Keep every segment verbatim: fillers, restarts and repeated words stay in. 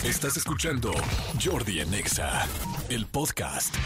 Estás escuchando Jordi en Exa, el podcast.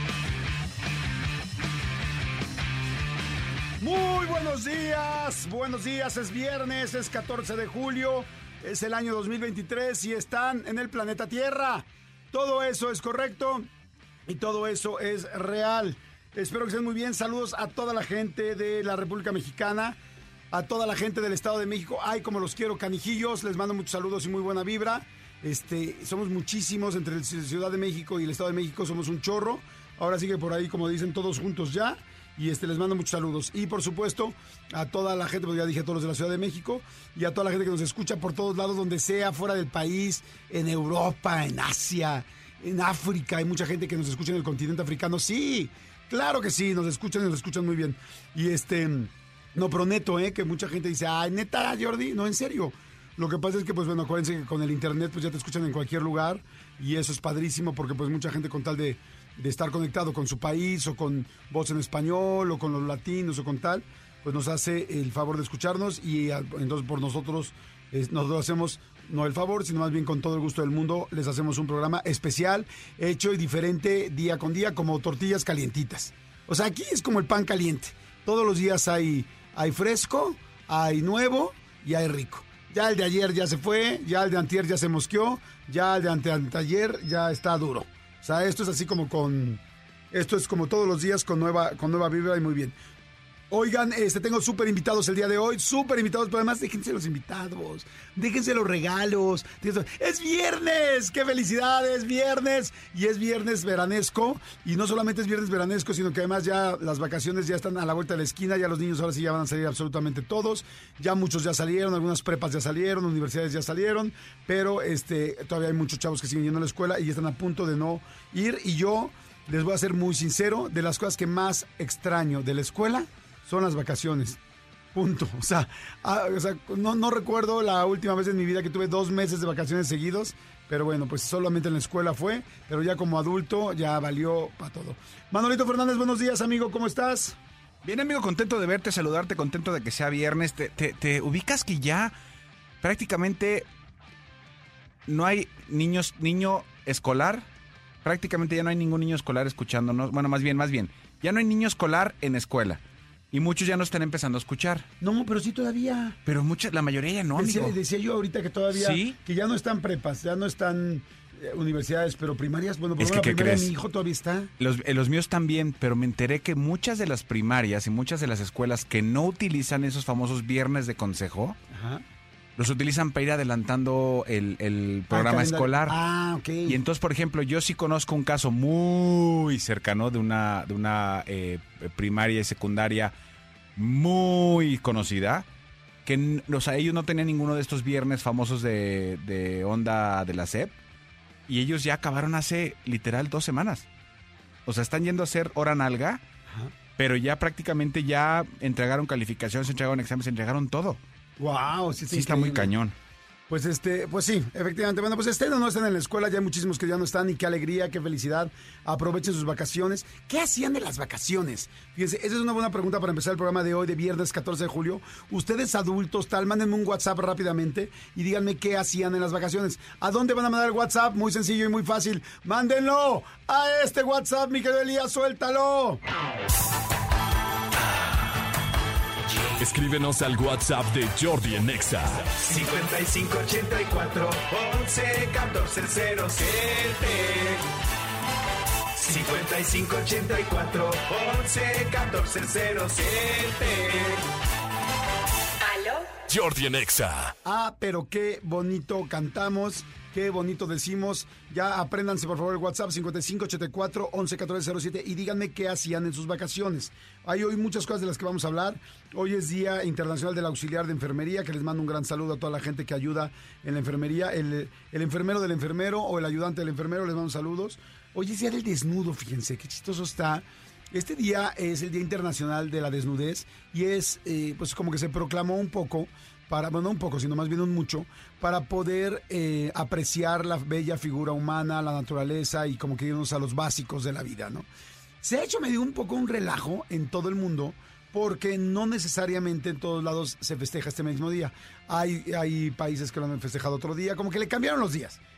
Muy buenos días, buenos días, es viernes, es catorce de julio, es el año dos mil veintitrés y están en el planeta Tierra. Todo eso es correcto y todo eso es real. Espero que estén muy bien. Saludos a toda la gente de la República Mexicana, a toda la gente del Estado de México. Ay, como los quiero, canijillos. Les mando muchos saludos y muy buena vibra. Este, somos muchísimos entre la Ciudad de México y el Estado de México. Somos un chorro. Ahora sí que por ahí, como dicen, todos juntos ya. Y este, les mando muchos saludos. Y por supuesto, a toda la gente, pues ya dije a todos los de la Ciudad de México, y a toda la gente que nos escucha por todos lados, donde sea, fuera del país, en Europa, en Asia, en África. Hay mucha gente que nos escucha en el continente africano. Sí, claro que sí, nos escuchan y nos escuchan muy bien. Y este, no prometo, ¿eh? Que mucha gente dice, ay, neta, Jordi, no, en serio. Lo que pasa es que, pues bueno, acuérdense que con el internet, pues ya te escuchan en cualquier lugar, y eso es padrísimo, porque pues mucha gente con tal de, de estar conectado con su país, o con Voz en Español, o con los latinos, o con tal, pues nos hace el favor de escucharnos, y a, entonces por nosotros, es, nosotros hacemos, no el favor, sino más bien con todo el gusto del mundo, les hacemos un programa especial, hecho y diferente día con día, como tortillas calientitas. O sea, aquí es como el pan caliente. Todos los días hay, hay fresco, hay nuevo y hay rico. Ya el de ayer ya se fue, ya el de antier ya se mosqueó, ya el de ante, anteayer ya está duro. O sea, esto es así como con... Esto es como todos los días con nueva, con nueva vibra y muy bien. Oigan, este, tengo súper invitados el día de hoy, súper invitados, pero además déjense los invitados, déjense los regalos. ¡Es viernes! ¡Qué felicidad! Es viernes y es viernes veranesco. Y no solamente es viernes veranesco, sino que además ya las vacaciones ya están a la vuelta de la esquina. Ya los niños ahora sí ya van a salir absolutamente todos. Ya muchos ya salieron, algunas prepas ya salieron, universidades ya salieron. Pero este, todavía hay muchos chavos que siguen yendo a la escuela y ya están a punto de no ir. Y yo les voy a ser muy sincero, de las cosas que más extraño de la escuela son las vacaciones, punto. O sea, ah, o sea no, no recuerdo la última vez en mi vida que tuve dos meses de vacaciones seguidos, pero bueno, pues solamente en la escuela fue, pero ya como adulto ya valió para todo. Manolito Fernández, buenos días, amigo, ¿cómo estás? Bien, amigo, contento de verte, saludarte, contento de que sea viernes. Te, te, te ubicas que ya prácticamente no hay niños, niño escolar, prácticamente ya no hay ningún niño escolar escuchándonos, bueno, más bien, más bien, ya no hay niño escolar en escuela. Y muchos ya no están empezando a escuchar. No, pero sí todavía. Pero muchas, la mayoría ya no, decía, amigo. Decía yo ahorita que todavía, ¿Sí? Que ya no están prepas, ya no están eh, universidades, pero primarias, bueno, por es que, la ¿qué primaria crees? Mi hijo todavía está. Los, eh, los míos también, pero me enteré que muchas de las primarias y muchas de las escuelas que no utilizan esos famosos viernes de consejo, Ajá. los utilizan para ir adelantando el, el programa ah, escolar. Ah, ok. Y entonces, por ejemplo, yo sí conozco un caso muy cercano de una, de una eh, primaria y secundaria muy conocida, que o sea, ellos no tenían ninguno de estos viernes famosos de, de onda de la S E P, y ellos ya acabaron hace literal dos semanas. O sea, están yendo a hacer hora nalga, Ajá. pero ya prácticamente ya entregaron calificaciones, entregaron exámenes, entregaron todo. Wow, sí, Sí está muy cañón. Pues este, pues sí, efectivamente. Bueno, pues estén o no estén en la escuela, ya hay muchísimos que ya no están y qué alegría, qué felicidad. Aprovechen sus vacaciones. ¿Qué hacían de las vacaciones? Fíjense, esa es una buena pregunta para empezar el programa de hoy, de viernes catorce de julio. Ustedes adultos, tal, mándenme un WhatsApp rápidamente y díganme qué hacían en las vacaciones. ¿A dónde van a mandar el WhatsApp? Muy sencillo y muy fácil. ¡Mándenlo a este WhatsApp, mi querido Elías! ¡Suéltalo! Escríbenos al WhatsApp de Jordi en Exa. cincuenta y cinco ochenta y cuatro once catorce cero siete. cincuenta y cinco ochenta y cuatro once catorce cero siete. ¿Aló? Jordi en Exa. Ah, pero qué bonito cantamos, qué bonito decimos. Ya apréndanse por favor el WhatsApp cincuenta y cinco ochenta y cuatro once catorce cero siete y díganme qué hacían en sus vacaciones. Hay hoy muchas cosas de las que vamos a hablar. Hoy es Día Internacional del Auxiliar de Enfermería, que les mando un gran saludo a toda la gente que ayuda en la enfermería. El, el enfermero del enfermero o el ayudante del enfermero, les mando saludos. Hoy es Día del Desnudo, fíjense, qué chistoso está. Este día es el Día Internacional de la Desnudez y es, eh, pues como que se proclamó un poco, para, bueno, no un poco, sino más bien un mucho, para poder eh, apreciar la bella figura humana, la naturaleza y como que irnos a los básicos de la vida, ¿no? Se ha hecho medio un poco un relajo en todo el mundo porque no necesariamente en todos lados se festeja este mismo día. Hay, hay países que lo han festejado otro día, como que le cambiaron los días.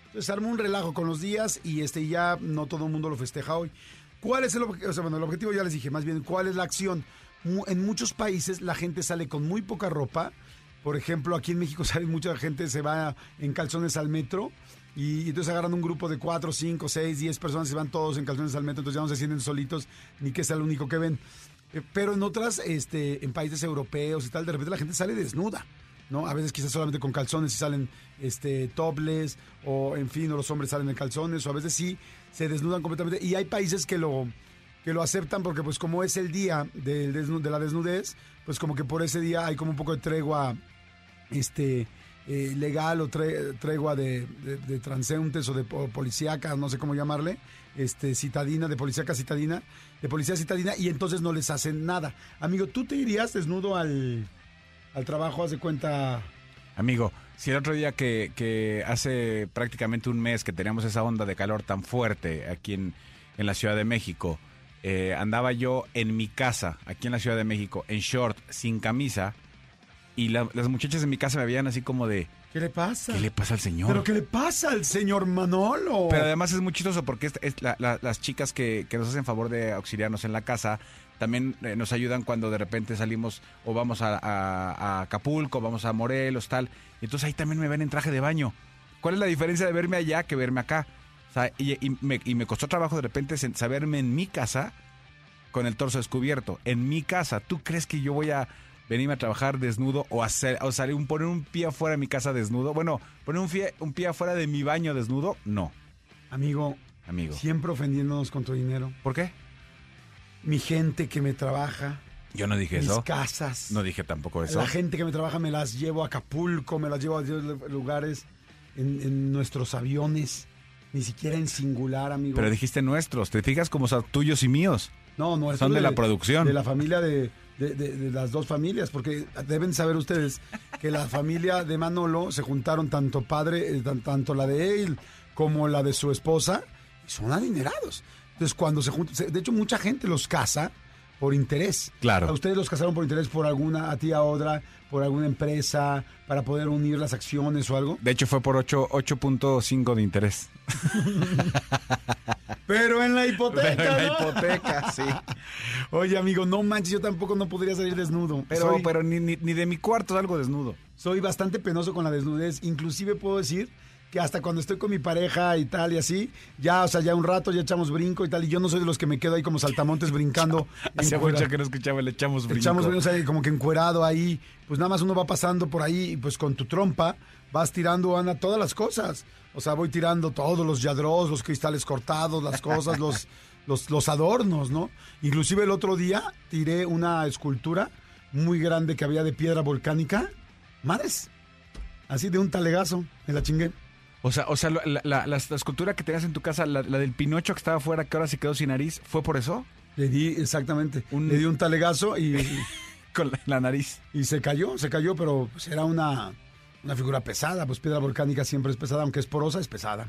Entonces se armó un relajo con los días y este ya no todo el mundo lo festeja hoy. ¿Cuál es el objetivo? O sea, bueno, el objetivo ya les dije, más bien, ¿cuál es la acción? Mu- En muchos países la gente sale con muy poca ropa. Por ejemplo, aquí en México sale mucha gente, se va en calzones al metro y, y entonces agarran un grupo de cuatro, cinco, seis, diez personas y se van todos en calzones al metro, entonces ya no se sienten solitos ni que sea el único que ven. Eh, Pero en otras, este, en países europeos y tal, de repente la gente sale desnuda, ¿no? A veces quizás solamente con calzones y salen este, topless, o en fin, o los hombres salen en calzones, o a veces sí se desnudan completamente. Y hay países que lo, que lo aceptan porque pues como es el día del desnu- de la desnudez, pues como que por ese día hay como un poco de tregua este, eh, legal o tre- tregua de, de, de transeúntes o de po- policíaca, no sé cómo llamarle, este, citadina, de policíaca citadina, de policía citadina, y entonces no les hacen nada. Amigo, ¿tú te irías desnudo al, al trabajo, haz de cuenta? Amigo, si el otro día que, que hace prácticamente un mes que teníamos esa onda de calor tan fuerte aquí en, en la Ciudad de México, eh, andaba yo en mi casa, aquí en la Ciudad de México, en short, sin camisa, y la- las muchachas en mi casa me veían así como de, ¿Qué le pasa? ¿qué le pasa al señor? ¿Pero qué le pasa al señor Manolo? Pero además es muy chistoso porque es, es la- la- las chicas que, que nos hacen favor de auxiliarnos en la casa también eh, nos ayudan cuando de repente salimos o vamos a, a- a Acapulco, vamos a Morelos, tal. Y entonces ahí también me ven en traje de baño. ¿Cuál es la diferencia de verme allá que verme acá? O sea, y, y me, y me costó trabajo de repente sen- saberme en mi casa con el torso descubierto. En mi casa. ¿Tú crees que yo voy a venirme a trabajar desnudo o hacer o salir un, poner un pie afuera de mi casa desnudo? Bueno, poner un pie, un pie afuera de mi baño desnudo, no, Amigo, amigo. siempre ofendiéndonos con tu dinero. ¿Por qué? Mi gente que me trabaja, Yo no dije mis eso. casas. No dije tampoco eso. La gente que me trabaja me las llevo a Acapulco, me las llevo a diez lugares en, en nuestros aviones, ni siquiera en singular, amigo. Pero dijiste nuestros. ¿Te fijas como son tuyos y míos? no, no, son de la producción. De la familia de, de- de- de las dos familias, porque deben saber ustedes que la familia de Manolo se juntaron tanto padre, eh, tan- tanto la de él como la de su esposa, y son adinerados. Entonces, cuando se juntan, se- de hecho, mucha gente los casa por interés. Claro. A ustedes los casaron por interés por alguna, a ti a otra, por alguna empresa, para poder unir las acciones o algo. De hecho, fue por ocho punto cinco de interés. Pero en la hipoteca, Pero en la ¿no? hipoteca, sí. Oye, amigo, no manches, yo tampoco no podría salir desnudo. Pero, Soy- pero ni, ni, ni de mi cuarto salgo desnudo. Soy bastante penoso con la desnudez. Inclusive puedo decir que hasta cuando estoy con mi pareja y tal y así, ya, o sea, ya un rato ya echamos brinco y tal. Y yo no soy de los que me quedo ahí como saltamontes brincando. Hace encuera- mucho que no escuchaba, le echamos brinco. Echamos brinco, o sea, como que encuerado ahí. Pues nada más uno va pasando por ahí y pues con tu trompa vas tirando, Ana, todas las cosas. O sea, voy tirando todos los yadros, los cristales cortados, las cosas, los, los, los adornos, ¿no? Inclusive el otro día tiré una escultura muy grande que había de piedra volcánica. Madres. Así de un talegazo. Me la chingué. O sea, o sea la, la, la- la escultura que tenías en tu casa, la, la del Pinocho que estaba afuera, que ahora se quedó sin nariz, ¿fue por eso? Le di, exactamente. Un- Le di un talegazo y, Con la, la nariz. y se cayó, se cayó, pero pues era una, una figura pesada. Pues piedra volcánica siempre es pesada, aunque es porosa, es pesada.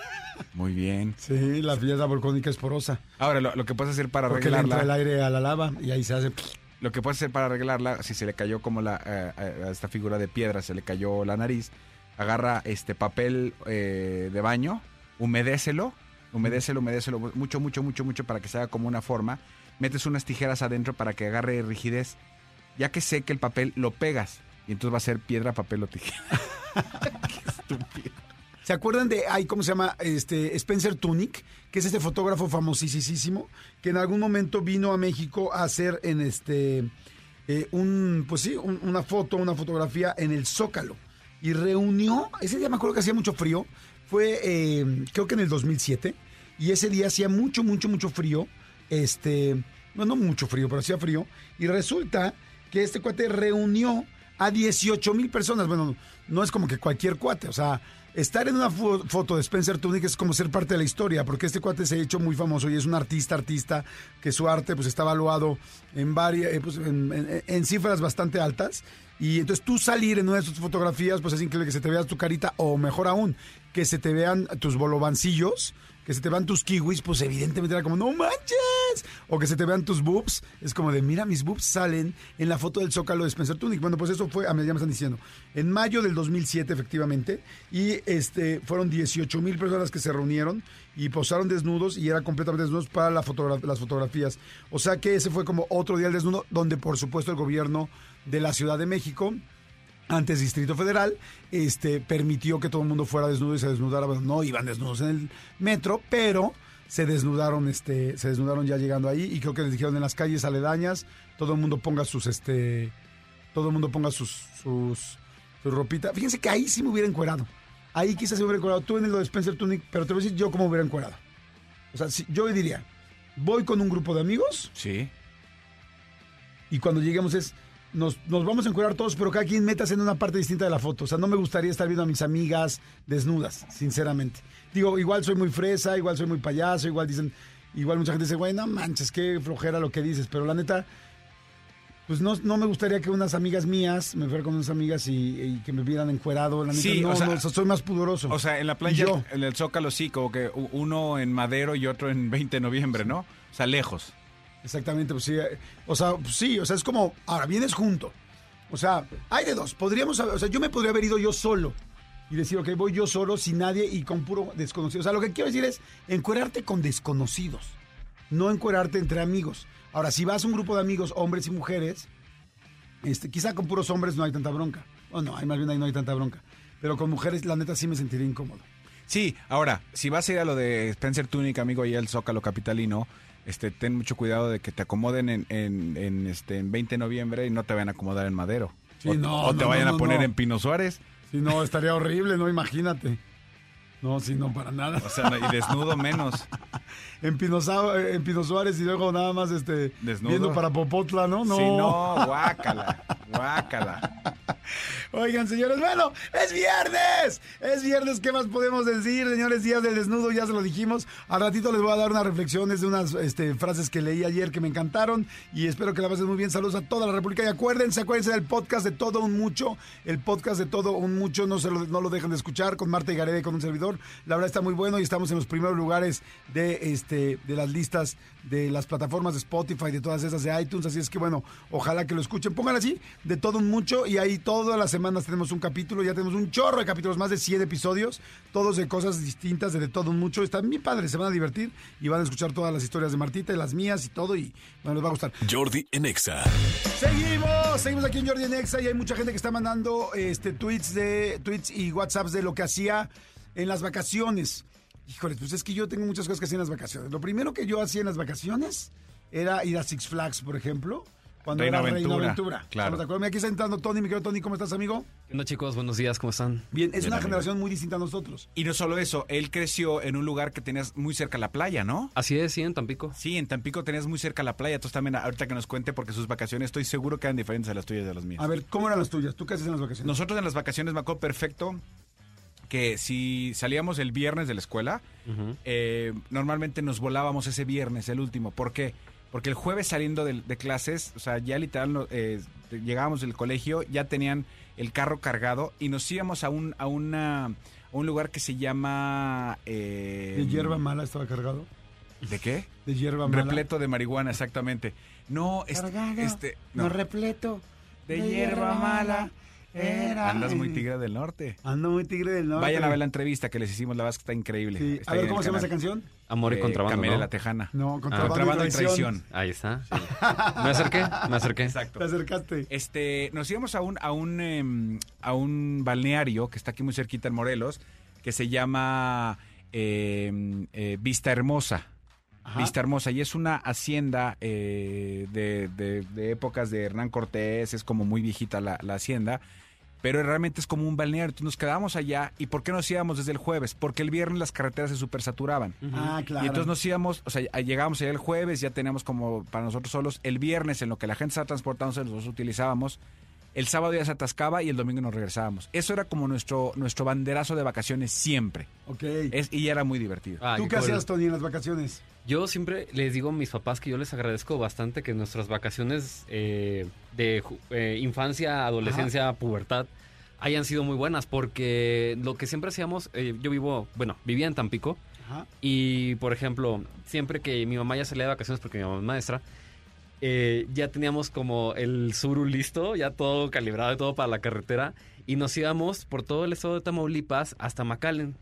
Muy bien. Sí, la piedra volcánica es porosa. Ahora, lo, lo que puedes hacer para Porque le entra el arreglarla, aire a la lava y ahí se hace... lo que puedes hacer para arreglarla, si se le cayó como la, eh, a esta figura de piedra, se le cayó la nariz, agarra este papel eh, de baño, humedécelo, humedécelo, humedécelo mucho, mucho, mucho, mucho para que se haga como una forma. Metes unas tijeras adentro para que agarre rigidez. Ya que seque el papel, lo pegas. Y entonces va a ser piedra, papel o tijera. Qué estúpido. ¿Se acuerdan de, ay, cómo se llama? Este, Spencer Tunick, que es este fotógrafo famosísimo, que en algún momento vino a México a hacer en este, eh, un, pues sí, un- una foto, una fotografía en el Zócalo. Y reunió, ese día me acuerdo que hacía mucho frío, fue eh, creo que en el dos mil siete, y ese día hacía mucho, mucho, mucho frío, este, no, no mucho frío, pero hacía frío, y resulta que este cuate reunió a dieciocho mil personas. Bueno, no es como que cualquier cuate, o sea, estar en una fo- foto de Spencer Tunick es como ser parte de la historia, porque este cuate se ha hecho muy famoso y es un artista, artista, que su arte pues está evaluado en varias, eh, pues, en, en- en cifras bastante altas. Y entonces tú salir en una de sus fotografías, pues es increíble que se te vea tu carita, o mejor aún, que se te vean tus bolovancillos, que se te vean tus kiwis, pues evidentemente era como, no manches, O que se te vean tus boobs. Es como de, mira, mis boobs salen en la foto del Zócalo de Spencer Tunick. Bueno, pues eso fue, a mí ya me están diciendo, en mayo del dos mil siete, efectivamente. Y este fueron dieciocho mil personas que se reunieron y posaron desnudos y era completamente desnudos para la fotogra- las fotografías. O sea que ese fue como otro día del desnudo, donde por supuesto el gobierno de la Ciudad de México, antes Distrito Federal, este, permitió que todo el mundo fuera desnudo y se desnudara. Bueno, no iban desnudos en el metro, pero se desnudaron, este, se desnudaron ya llegando ahí, y creo que les dijeron en las calles aledañas, todo el mundo ponga sus, este, todo el mundo ponga sus, sus, su ropita. Fíjense que ahí sí me hubiera encuerado. Ahí quizás se me hubiera encuerado. Tú en lo de Spencer Tunick, pero te voy a decir yo cómo me hubiera encuerado. O sea, si, yo diría, voy con un grupo de amigos. Sí. Y cuando lleguemos es, nos, nos vamos a encuerar todos, pero cada quien metas en una parte distinta de la foto. O sea, no me gustaría estar viendo a mis amigas desnudas, sinceramente. Digo, igual soy muy fresa, igual soy muy payaso, igual dicen, igual mucha gente dice, güey, no manches, qué flojera lo que dices. Pero la neta, pues no, no me gustaría que unas amigas mías, me fuera con unas amigas y, y que me vieran encuerado. La neta, Sí, no, o sea, no, o sea, soy más pudoroso. O sea, en la Y playa, yo. en el Zócalo sí, como que u- uno en Madero y otro en veinte de noviembre, ¿no? O sea, lejos. Exactamente, pues sí. eh, O sea, pues sí, o sea, es como, ahora vienes junto. O sea, hay de dos. Podríamos, haber- o sea, yo me podría haber ido yo solo y decir, ok, voy yo solo, sin nadie y con puro desconocido. O sea, lo que quiero decir es encuerarte con desconocidos, no encuerarte entre amigos. Ahora, si vas a un grupo de amigos, hombres y mujeres, este, quizá con puros hombres no hay tanta bronca. O no, hay más bien ahí no hay tanta bronca. Pero con mujeres, la neta, sí me sentiría incómodo. Sí, ahora, si vas a ir a lo de Spencer Tunick, amigo, y el Zócalo capitalino, este, ten mucho cuidado de que te acomoden en, en, en, este, en veinte de noviembre y no te vayan a acomodar en Madero. Sí, o, no, o te no, vayan no, a poner no. en Pino Suárez. Sí, no, estaría horrible, no, imagínate. No, sí, no, para nada. O sea, y desnudo menos. En Pino, Sa- en Pino Suárez y luego nada más este Desnudo. viendo para Popotla, ¿no? No. Sí, no, guácala, guácala. Oigan, señores, bueno, es viernes. Es viernes, ¿qué más podemos decir, señores? Días del desnudo, ya se lo dijimos. Al ratito les voy a dar unas reflexiones de unas este, frases que leí ayer que me encantaron y espero que la pasen muy bien. Saludos a toda la República y acuérdense, acuérdense del podcast de Todo Un Mucho. El podcast de Todo Un Mucho, no, se lo, no lo dejen de escuchar, con Marta y Gareda y con un servidor. La verdad está muy bueno y estamos en los primeros lugares de, este, de las listas de las plataformas de Spotify, de todas esas de iTunes, así es que bueno, ojalá que lo escuchen. Pongan así, de Todo Un Mucho, y ahí todas las semanas tenemos un capítulo, ya tenemos un chorro de capítulos, más de cien episodios, todos de cosas distintas, de, de Todo Un Mucho. Están bien padres, se van a divertir y van a escuchar todas las historias de Martita y las mías y todo, y bueno, les va a gustar. Jordi en Exa. Seguimos, seguimos aquí en Jordi en Exa y hay mucha gente que está mandando este tweets de tweets y WhatsApps de lo que hacía en las vacaciones. Híjole, pues es que yo tengo muchas cosas que hacía en las vacaciones. Lo primero que yo hacía en las vacaciones era ir a Six Flags, por ejemplo, cuando Reino era Reino Aventura, Aventura. claro. ¿Estamos de acuerdo? Mira, aquí está entrando Tony, mi querido Tony, ¿cómo estás, amigo? ¿Qué onda, chicos? Buenos días, ¿cómo están? Bien, es Bien, una amigo. generación muy distinta a nosotros. Y no solo eso, él creció en un lugar que tenías muy cerca la playa, ¿no? Así es, sí, en Tampico. Sí, en Tampico tenías muy cerca la playa. Entonces también ahorita que nos cuente, porque sus vacaciones estoy seguro que eran diferentes a las tuyas y de las mías. A ver, ¿cómo eran las tuyas? ¿Tú qué haces en las vacaciones? Nosotros en las vacaciones me acuerdo perfecto que si salíamos el viernes de la escuela, Ujú. eh, normalmente nos volábamos ese viernes, el último. ¿Por qué? Porque el jueves saliendo de, de clases, o sea, ya literal no- eh, llegábamos del colegio, ya tenían el carro cargado y nos íbamos a un, a una, a un lugar que se llama... eh, ¿De hierba mala estaba cargado? ¿De qué? ¿De hierba mala? Repleto de marihuana, exactamente. No, este... Cargado, este no no, repleto de hierba mala. Era. Andas muy tigre del norte. Ando muy tigre del norte. Vayan a ver la entrevista que les hicimos, la verdad es que está increíble. Sí. Está A ahí ver, en ¿cómo el se llama esa canal. canción? Amor y Eh, contrabando, Camila ¿no? la Tejana. No, contrabando, Contrabando y y traición. traición. Ahí está. sí. Me acerqué, me acerqué. Exacto. Te acercaste. Este, nos íbamos a un, a un, em, a un balneario que está aquí muy cerquita en Morelos, que se llama em, eh, Vista Hermosa. Ajá. Vista Hermosa, y es una hacienda eh, de, de- de épocas de Hernán Cortés, es como muy viejita la, la hacienda, pero realmente es como un balneario. Entonces nos quedábamos allá. ¿Y por qué nos íbamos desde el jueves? Porque el viernes las carreteras se supersaturaban. Ah, claro. Y entonces nos íbamos, o sea, llegábamos allá el jueves, ya teníamos como para nosotros solos. El viernes, en lo que la gente estaba transportándose, nosotros utilizábamos. El sábado ya se atascaba y el domingo nos regresábamos. Eso era como nuestro, nuestro banderazo de vacaciones siempre. Ok. Es, y era muy divertido. Ah, ¿Tú qué cool. hacías, Tony, en las vacaciones? Yo siempre les digo a mis papás que yo les agradezco bastante que nuestras vacaciones eh, de ju- eh, infancia, adolescencia, pubertad hayan sido muy buenas porque lo que siempre hacíamos, eh, yo vivo, bueno, vivía en Tampico Ajá. Y, por ejemplo, siempre que mi mamá ya salía de vacaciones, porque mi mamá es maestra, eh, ya teníamos como el suru listo, ya todo calibrado y todo para la carretera. Y nos íbamos por todo el estado de Tamaulipas hasta McAllen.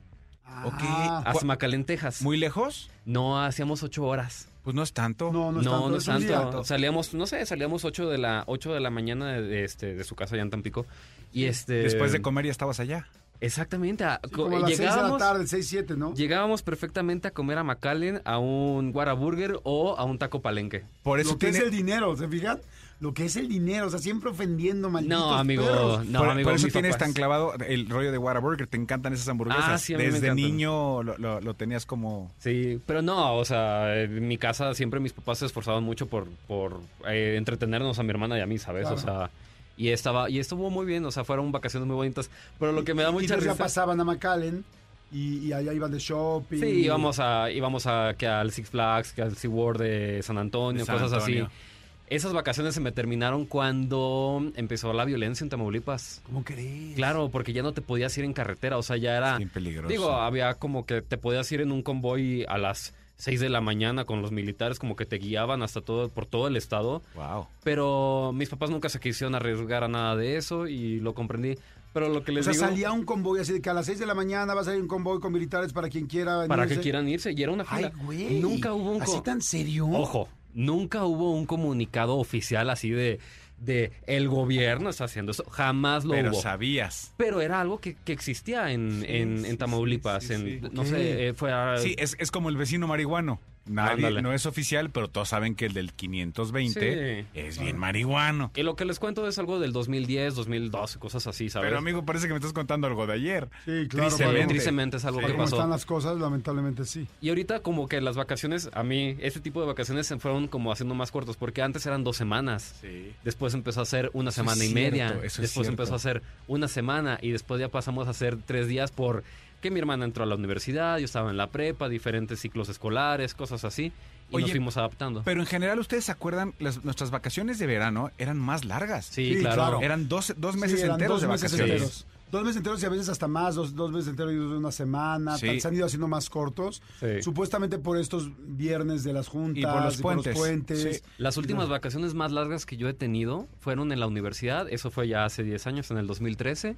Ah, Hasta McAllen, Texas. ¿Muy lejos? No, hacíamos ocho horas. Pues no es tanto. No, no es No, tanto. no es es un tanto. día. Salíamos, no sé, salíamos ocho de la ocho de la mañana de, de, este de su casa allá en Tampico. Y este Después de comer ya estabas allá. Exactamente, a- Sí, co- como a las seis de la llegábamos tarde, seis, siete, ¿no? llegábamos perfectamente a comer a McAllen, a un Whataburger o a un taco palenque. Por eso Lo que tiene... es el dinero, ¿se fijan? Lo que es el dinero, o sea, siempre ofendiendo, malditos No, amigo, perros. no, por, amigo, por eso mis tienes papás. tan clavado el rollo de Whataburger. Te encantan esas hamburguesas. Ah, sí, a mí me Desde encantan. niño lo, lo- lo tenías como... Sí, pero no, o sea, en mi casa siempre mis papás se esforzaban mucho por, por eh, entretenernos a mi hermana y a mí, ¿sabes? Claro. O sea, y estaba y estuvo muy bien, o sea, fueron vacaciones muy bonitas. Pero lo que me da Y mucha entonces ya risa... pasaban a McAllen y, y allá iban de shopping. Sí, íbamos a, íbamos a que al Six Flags, que al SeaWorld de San Antonio, De San cosas Antonio. así. Esas vacaciones se me terminaron cuando empezó la violencia en Tamaulipas. ¿Cómo crees? Claro, porque ya no te podías ir en carretera, o sea, ya era... Bien peligroso. Digo, había como que te podías ir en un convoy a las seis de la mañana con los militares, como que te guiaban hasta todo, por todo el estado. Wow. Pero mis papás nunca se quisieron arriesgar a nada de eso y lo comprendí. Pero lo que O les sea, digo... salía un convoy así de que a las seis de la mañana va a salir un convoy con militares para quien quiera Para venirse. que quieran irse, y era una Ay, fila. güey. Nunca hubo un... ¿Así co- tan serio? Ojo, nunca hubo un comunicado oficial así de, de el gobierno está haciendo eso. Jamás lo Pero hubo. sabías. Pero era algo que, que existía en, Sí, en, sí, en Tamaulipas. sí, sí, en, sí. No Ok. sé, eh, fue... a- Sí, es, es como el vecino marihuano. Nadie, Ándale. no es oficial, pero todos saben que el del quinientos veinte Sí. es bien marihuano. Y lo que les cuento es algo del dos mil diez, dos mil doce, cosas así, ¿sabes? Pero amigo, parece que me estás contando algo de ayer. Sí, claro. Tristemente. claro. Tristemente es algo Sí. que Como pasó. están las cosas, lamentablemente sí. Y ahorita como que las vacaciones, a mí, este tipo de vacaciones se fueron como haciendo más cortos, porque antes eran dos semanas. Sí. Después empezó a ser una Eso es semana y cierto, media. eso es Después cierto. empezó a ser una semana y después ya pasamos a hacer tres días por que mi hermana entró a la universidad, yo estaba en la prepa, diferentes ciclos escolares, cosas así. Y Oye, nos fuimos adaptando. Pero en general, ¿ustedes se acuerdan? Las, nuestras vacaciones de verano eran más largas. Sí, Sí, claro. claro. Eran dos, dos meses Sí, eran enteros dos de meses vacaciones. enteros. Dos meses enteros y a veces hasta más, dos, dos meses enteros y una semana. Sí. tal, Se han ido haciendo más cortos. Sí. Supuestamente por estos viernes de las juntas. Y por los puentes. puentes. Sí. Las últimas vacaciones más largas que yo he tenido fueron en la universidad. Eso fue ya hace diez años, en el dos mil trece.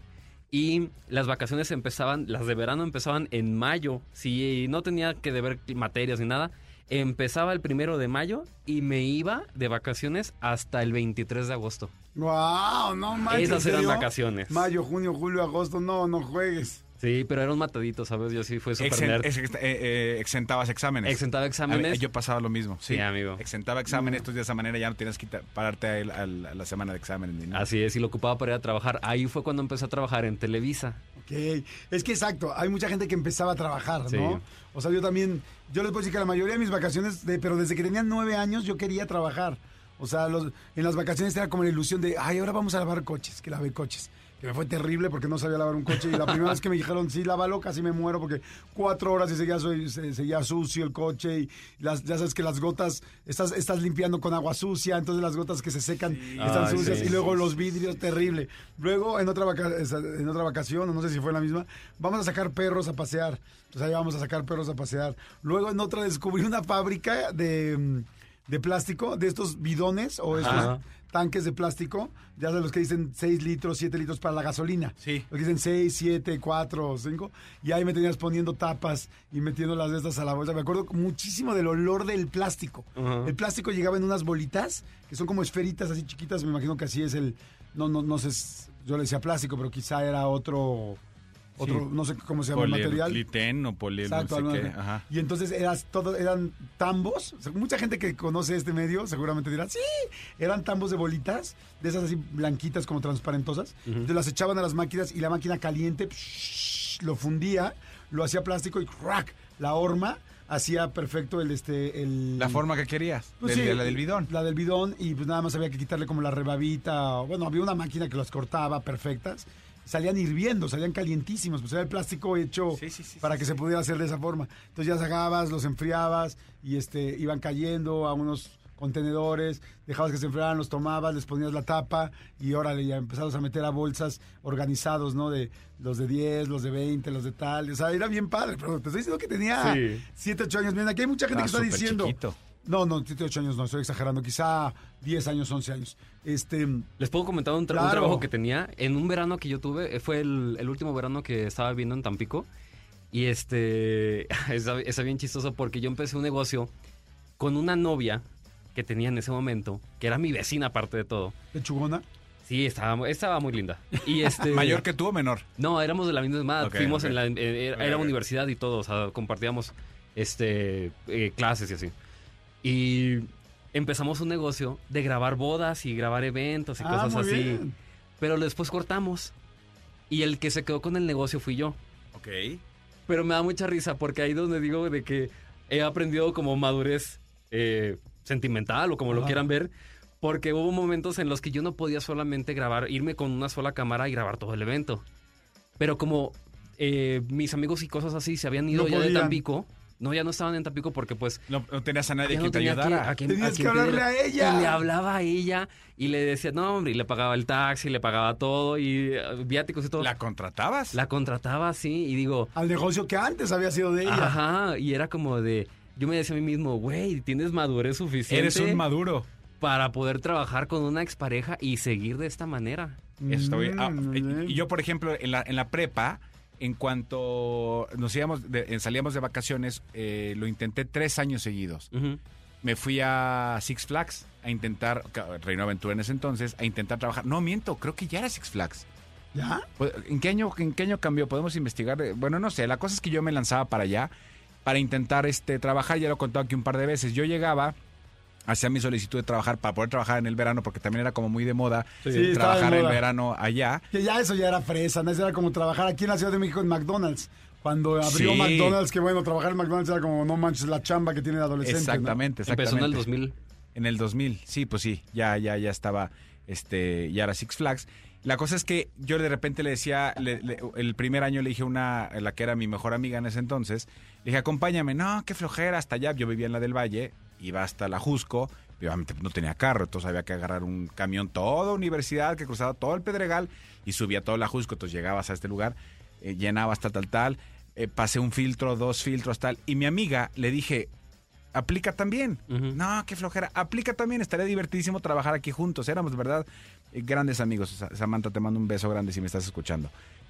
Y las vacaciones empezaban, las de verano empezaban en mayo. Si no tenía que deber materias ni nada, empezaba el primero de mayo y me iba de vacaciones hasta el veintitrés de agosto. ¡Wow! No manches. Esas ¿en eran serio? vacaciones. Mayo, junio, julio, agosto. No, no juegues. Sí, pero era un matadito, ¿sabes? Yo sí fui súper Exen- nerd. ex- eh, eh, exentabas exámenes. Exentaba A exámenes. ver, yo pasaba lo mismo. Sí, Sí, amigo. Exentaba exámenes, tú de esa manera ya no tienes que quitar- pararte a, él- al- a la semana de exámenes. Ni nada. Así es, y lo ocupaba para ir a trabajar. Ahí fue cuando empecé a trabajar en Televisa. Ok. Es que exacto, hay mucha gente que empezaba a trabajar, Sí. ¿no? O sea, yo también, yo les puedo decir que la mayoría de mis vacaciones, de, pero desde que tenía nueve años yo quería trabajar. O sea, los- en las vacaciones era como la ilusión de, ay, ahora vamos a lavar coches, que lavé coches. Que me fue terrible porque no sabía lavar un coche. Y la primera vez que me dijeron, sí, lávalo, casi me muero porque cuatro horas y seguía, soy- se- seguía sucio el coche. Y las, ya sabes que las gotas, estás, estás limpiando con agua sucia, entonces las gotas que se secan están Ay, sucias. sí, y luego sí, los vidrios, terrible. Luego, en otra, vaca- en otra vacación, o no sé si fue la misma, vamos a sacar perros a pasear. Entonces ahí vamos a sacar perros a pasear. Luego en otra descubrí una fábrica de, mm, de plástico, de estos bidones o estos Ajá. tanques de plástico, ya de los que dicen seis litros, siete litros para la gasolina. Sí. Los que dicen seis, siete, cuatro, cinco. Y ahí me tenías poniendo tapas y metiendo las de estas a la bolsa. Me acuerdo muchísimo del olor del plástico. Ajá. El plástico llegaba en unas bolitas, que son como esferitas así chiquitas. Me imagino que así es el... No, no, no sé, yo le decía plástico, pero quizá era otro... Otro, Sí. no sé cómo se llama el material. Poliglitén o poli Exacto, no sé algo qué. así. Ajá. Y entonces eras todo, eran tambos. O sea, mucha gente que conoce este medio seguramente dirá, sí, eran tambos de bolitas, de esas así blanquitas como transparentosas. Entonces las echaban a las máquinas y la máquina caliente psh, lo fundía, lo hacía plástico y crack, la horma hacía perfecto el este el La forma que querías. pues del- sí, la del bidón. La del bidón y pues nada más había que quitarle como la rebabita. o- Bueno, había una máquina que las cortaba perfectas. Salían hirviendo, salían calientísimos. Pues era el plástico hecho Sí, sí, sí, para sí, que sí. se pudiera hacer de esa forma. Entonces ya sacabas, los enfriabas y este iban cayendo a unos contenedores, dejabas que se enfriaran, los tomabas, les ponías la tapa y órale, ya empezabas a meter a bolsas organizados, ¿no? De los de diez, los de veinte, los de tal. O sea, era bien padre, pero te estoy diciendo que tenía siete, ocho años. Miren, aquí hay mucha gente Ah, que está súper diciendo... chiquito. No, no, siete, ocho años no, estoy exagerando. Quizá diez años, once años. Este... Les puedo comentar un, tra- Claro. un trabajo que tenía en un verano que yo tuve. eh, Fue el, el último verano que estaba viviendo en Tampico. Y este... Está, está bien chistoso porque yo empecé un negocio con una novia que tenía en ese momento, que era mi vecina aparte de todo. ¿De chugona? Sí, estaba, mu- estaba muy linda. Y este... ¿Mayor que tú o menor? No, éramos de la misma edad. Ok, Fuimos ok. en la... en- era era Ok, ok. universidad y todo. O sea, compartíamos este, eh, clases y así. Y empezamos un negocio de grabar bodas y grabar eventos y Ah, cosas muy así. bien. Pero después cortamos. Y el que se quedó con el negocio fui yo. Ok. Pero me da mucha risa porque ahí donde digo de que he aprendido como madurez eh, sentimental o como lo Ajá. quieran ver. Porque hubo momentos en los que yo no podía solamente grabar, irme con una sola cámara y grabar todo el evento. Pero como eh, mis amigos y cosas así se habían ido No ya de podían. Tampico. No, ya no estaban en Tampico porque pues... No, no tenías a nadie ya que no te tenía ayudara. a quien- Tenías quien que hablarle pedirle. a ella. Y le hablaba a ella y le decía, no, hombre, y le pagaba el taxi, le pagaba todo y eh, viáticos y todo. ¿La contratabas? La contrataba así y digo, Al negocio que antes había sido de ella. ajá, y era como de, yo me decía a mí mismo, güey, tienes madurez suficiente Eres un maduro. para poder trabajar con una expareja y seguir de esta manera. Eso está bien. Ah, Mm, y- bien. y yo, por ejemplo, en la, en la prepa, en cuanto nos íbamos, de- en- salíamos de vacaciones, eh, lo intenté tres años seguidos. Ujú. Me fui a Six Flags a intentar, ca- Reino Aventura en ese entonces, a intentar trabajar. No, miento, creo que ya era Six Flags. ¿Ya? Pues, ¿En qué año, en qué año cambió? Podemos investigar. Eh, Bueno, no sé. La cosa es que yo me lanzaba para allá para intentar este trabajar. Ya lo he contado aquí un par de veces. Yo llegaba, hacía mi solicitud de trabajar para poder trabajar en el verano, porque también era como muy de moda Sí, estaba de trabajar en moda. verano allá. Que ya eso ya era fresa, ¿no? Eso era como trabajar aquí en la Ciudad de México en McDonald's. Cuando abrió Sí. McDonald's, que bueno, trabajar en McDonald's era como, no manches, la chamba que tiene el adolescente. ¿no? Exactamente, exactamente. Empezó en el dos mil. En el dos mil, sí, pues sí, ya, ya, ya estaba, este, ya era Six Flags. La cosa es que yo de repente le decía, le- le- el primer año le dije a una, a la que era mi mejor amiga en ese entonces, le dije, acompáñame, no, qué flojera, hasta allá, yo vivía en la del Valle, iba hasta la Jusco, pero obviamente no tenía carro, entonces había que agarrar un camión toda universidad que cruzaba todo el Pedregal y subía todo la Jusco, entonces llegabas a este lugar, eh, llenabas tal, tal, tal, eh, pasé un filtro, dos filtros, tal, y mi amiga le dije, aplica también. Ujú. No, qué flojera. Aplica también. Estaría divertidísimo trabajar aquí juntos. Éramos, de verdad, eh, grandes amigos. Sa- Samantha, te mando un beso grande si me estás escuchando.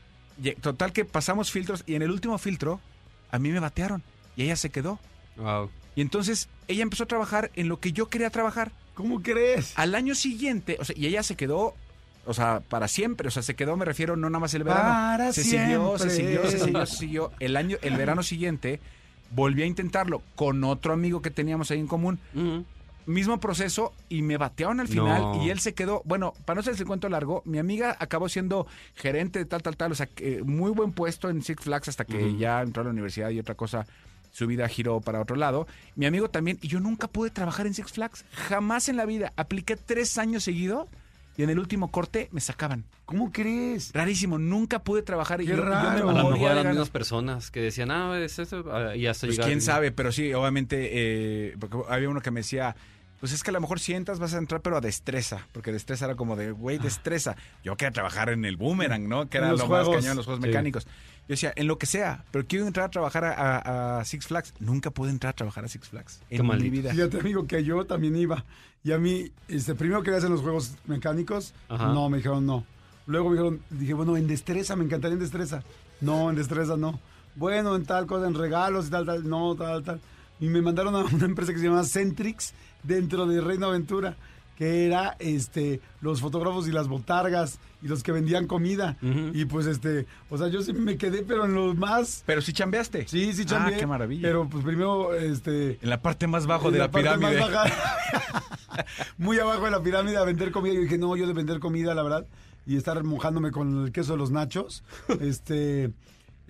Y, total que pasamos filtros y en el último filtro a mí me batearon y ella se quedó. Wow. Y entonces ella empezó a trabajar en lo que yo quería trabajar. ¿Cómo crees? Al año siguiente, o sea, y ella se quedó, o sea, para siempre. O sea, se quedó, me refiero, no nada más el verano. Para se siguió, se siempre. siguió, se siguió, se siguió. El año, el verano siguiente volví a intentarlo con otro amigo que teníamos ahí en común. Ujú. Mismo proceso y me batearon al final No. y él se quedó, bueno, para no hacer el cuento largo, mi amiga acabó siendo gerente de tal, tal, tal, o sea, que muy buen puesto en Six Flags hasta que Ujú. ya entró a la universidad y otra cosa, su vida giró para otro lado. Mi amigo también, y yo nunca pude trabajar en Six Flags, jamás en la vida. Apliqué tres años seguidos y en el último corte me sacaban. ¿Cómo crees? Rarísimo, nunca pude trabajar y Qué yo, y yo me raro. A lo moría mejor de eran ganas. mismas personas que decían, ah, es eso, ah, y hasta Pues llegar. quién sabe, pero sí, obviamente, eh, porque había uno que me decía, pues es que a lo mejor si entras vas a entrar, pero a destreza, porque destreza era como de, güey, destreza. Yo quería trabajar en el boomerang, ¿no? Que En era los lo más juegos. cañón en los juegos Sí. mecánicos. Yo decía, en lo que sea, pero quiero entrar a trabajar a, a- a Six Flags. Nunca pude entrar a trabajar a Six Flags Qué en mi maldito. vida. Fíjate, amigo, que yo también iba. Y a mí, este, primero quería hacer los juegos mecánicos. Ajá. No, me dijeron no. Luego me dijeron, dije, bueno, en destreza, me encantaría en destreza. No, en destreza no. Bueno, en tal cosa, en regalos y tal, tal, no, tal, tal. Y me mandaron a una empresa que se llama Centrix dentro de Reino Aventura, que era este los fotógrafos y las botargas y los que vendían comida. Ujú. Y pues este, o sea, yo sí me quedé, pero en los más. Pero sí chambeaste. Sí, sí, chambeé. Ah, qué maravilla. Pero pues primero, este. En la parte más bajo en de la, parte más pirámide. baja, muy abajo de la pirámide a vender comida. Yo dije, no, yo de vender comida, la verdad, y estar mojándome con el queso de los nachos. este, eh,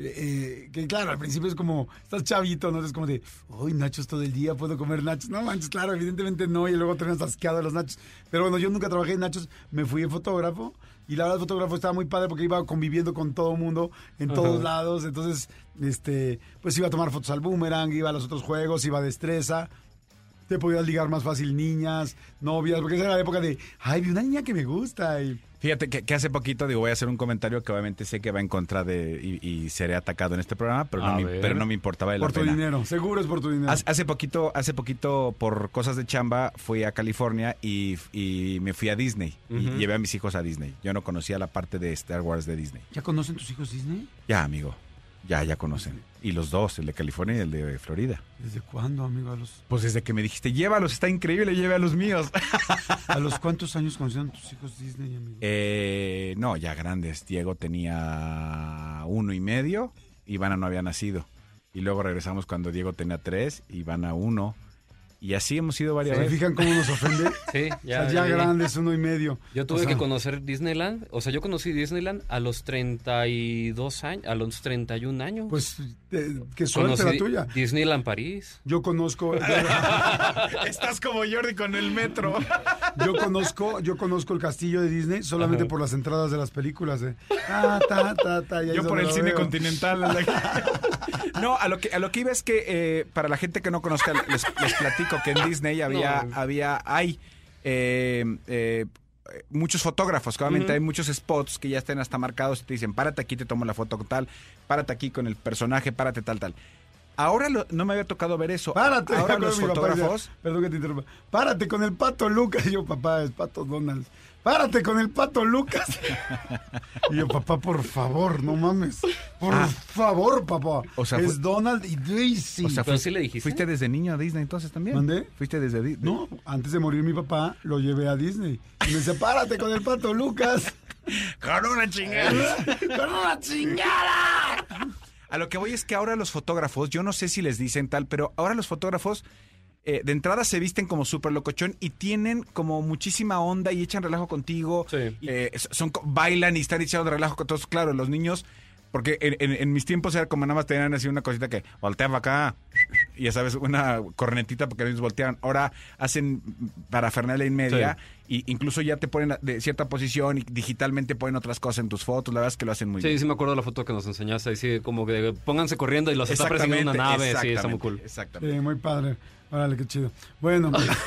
eh, que claro, al principio es como, estás chavito, ¿no? Es como de, uy, nachos todo el día, puedo comer nachos. No manches, claro, evidentemente no, y luego terminas asqueado de los nachos. Pero bueno, yo nunca trabajé en nachos, me fui de fotógrafo. Y la verdad, el fotógrafo estaba muy padre porque iba conviviendo con todo el mundo en Ajá. todos lados. Entonces, este, pues iba a tomar fotos al boomerang, iba a los otros juegos, iba a destreza. te podías ligar más fácil niñas, novias, porque esa era la época de, ay, vi una niña que me gusta. Y... Fíjate que, que hace poquito, digo, voy a hacer un comentario que obviamente sé que va en contra de y, y seré atacado en este programa, pero, no me, pero no me importaba de la Por tu pena. dinero, seguro es por tu dinero. Hace, hace poquito, hace poquito, por cosas de chamba, fui a California y, y me fui a Disney. Uh-huh. Y llevé a mis hijos a Disney. Yo no conocía la parte de Star Wars de Disney. ¿Ya conocen tus hijos Disney? Ya, amigo. Ya, ya conocen. Y los dos, el de California y el de Florida. ¿Desde cuándo, amigo? A los... Pues desde que me dijiste, llévalos, está increíble, lleve a los míos. ¿A los cuántos años conocieron tus hijos Disney, amigo? Eh, no, ya grandes. Diego tenía uno y medio, Ivana no había nacido. Y luego regresamos cuando Diego tenía tres, Ivana uno. Y así hemos ido varias ¿Se veces. fijan cómo nos ofende? Sí, ya. O sea, ya ya grandes, uno y medio. Yo tuve o sea, que conocer Disneyland. O sea, yo conocí Disneyland a los treinta y dos años, a los treinta y un años. Pues, eh, qué suerte conocí la tuya. Disneyland París. Yo conozco... Estás como Jordi con el metro. Yo conozco, yo conozco el castillo de Disney solamente Ajá. por las entradas de las películas. Eh. Ta, ta, ta, ta, yo por el cine veo. Continental. No, a lo que a lo que iba es que eh, para la gente que no conozca, les, les platico que en Disney había, no. había, hay eh, eh, muchos fotógrafos, que obviamente uh-huh. hay muchos spots que ya estén hasta marcados y te dicen, párate aquí, te tomo la foto con tal, párate aquí con el personaje, párate tal, tal. Ahora lo, no me había tocado ver eso. Párate. Ahora los fotógrafos... Papá, perdón que te interrumpa. Párate con el Pato Lucas. Y yo, papá, es Pato Donald. Párate con el Pato Lucas. Y yo, papá, por favor, no mames. Por ah. favor, papá. O sea, es fue... Donald y Daisy. O sea, ¿Pero sí le dijiste? ¿Fuiste desde niño a Disney entonces también? ¿Mandé? ¿Fuiste desde Disney? No, antes de morir mi papá, lo llevé a Disney. Y me dice, párate con el Pato Lucas. ¡Con una chingada! ¡Con una chingada! A lo que voy es que ahora los fotógrafos, yo no sé si les dicen tal, pero ahora los fotógrafos eh, de entrada se visten como súper locochón y tienen como muchísima onda y echan relajo contigo. Sí. Eh, son, bailan y están echando relajo con todos. Claro, los niños, porque en, en, en mis tiempos era como nada más tenían así una cosita que volteaba acá y ya sabes, una cornetita porque ellos volteaban. Ahora hacen parafernalia en media. Sí. Y incluso ya te ponen de cierta posición y digitalmente ponen otras cosas en tus fotos. La verdad es que lo hacen muy sí, bien. Sí, sí me acuerdo de la foto que nos enseñaste. Así como que pónganse corriendo y los está persiguiendo una nave. Sí, está muy cool. Exactamente. Sí, muy padre. Órale, qué chido. Bueno.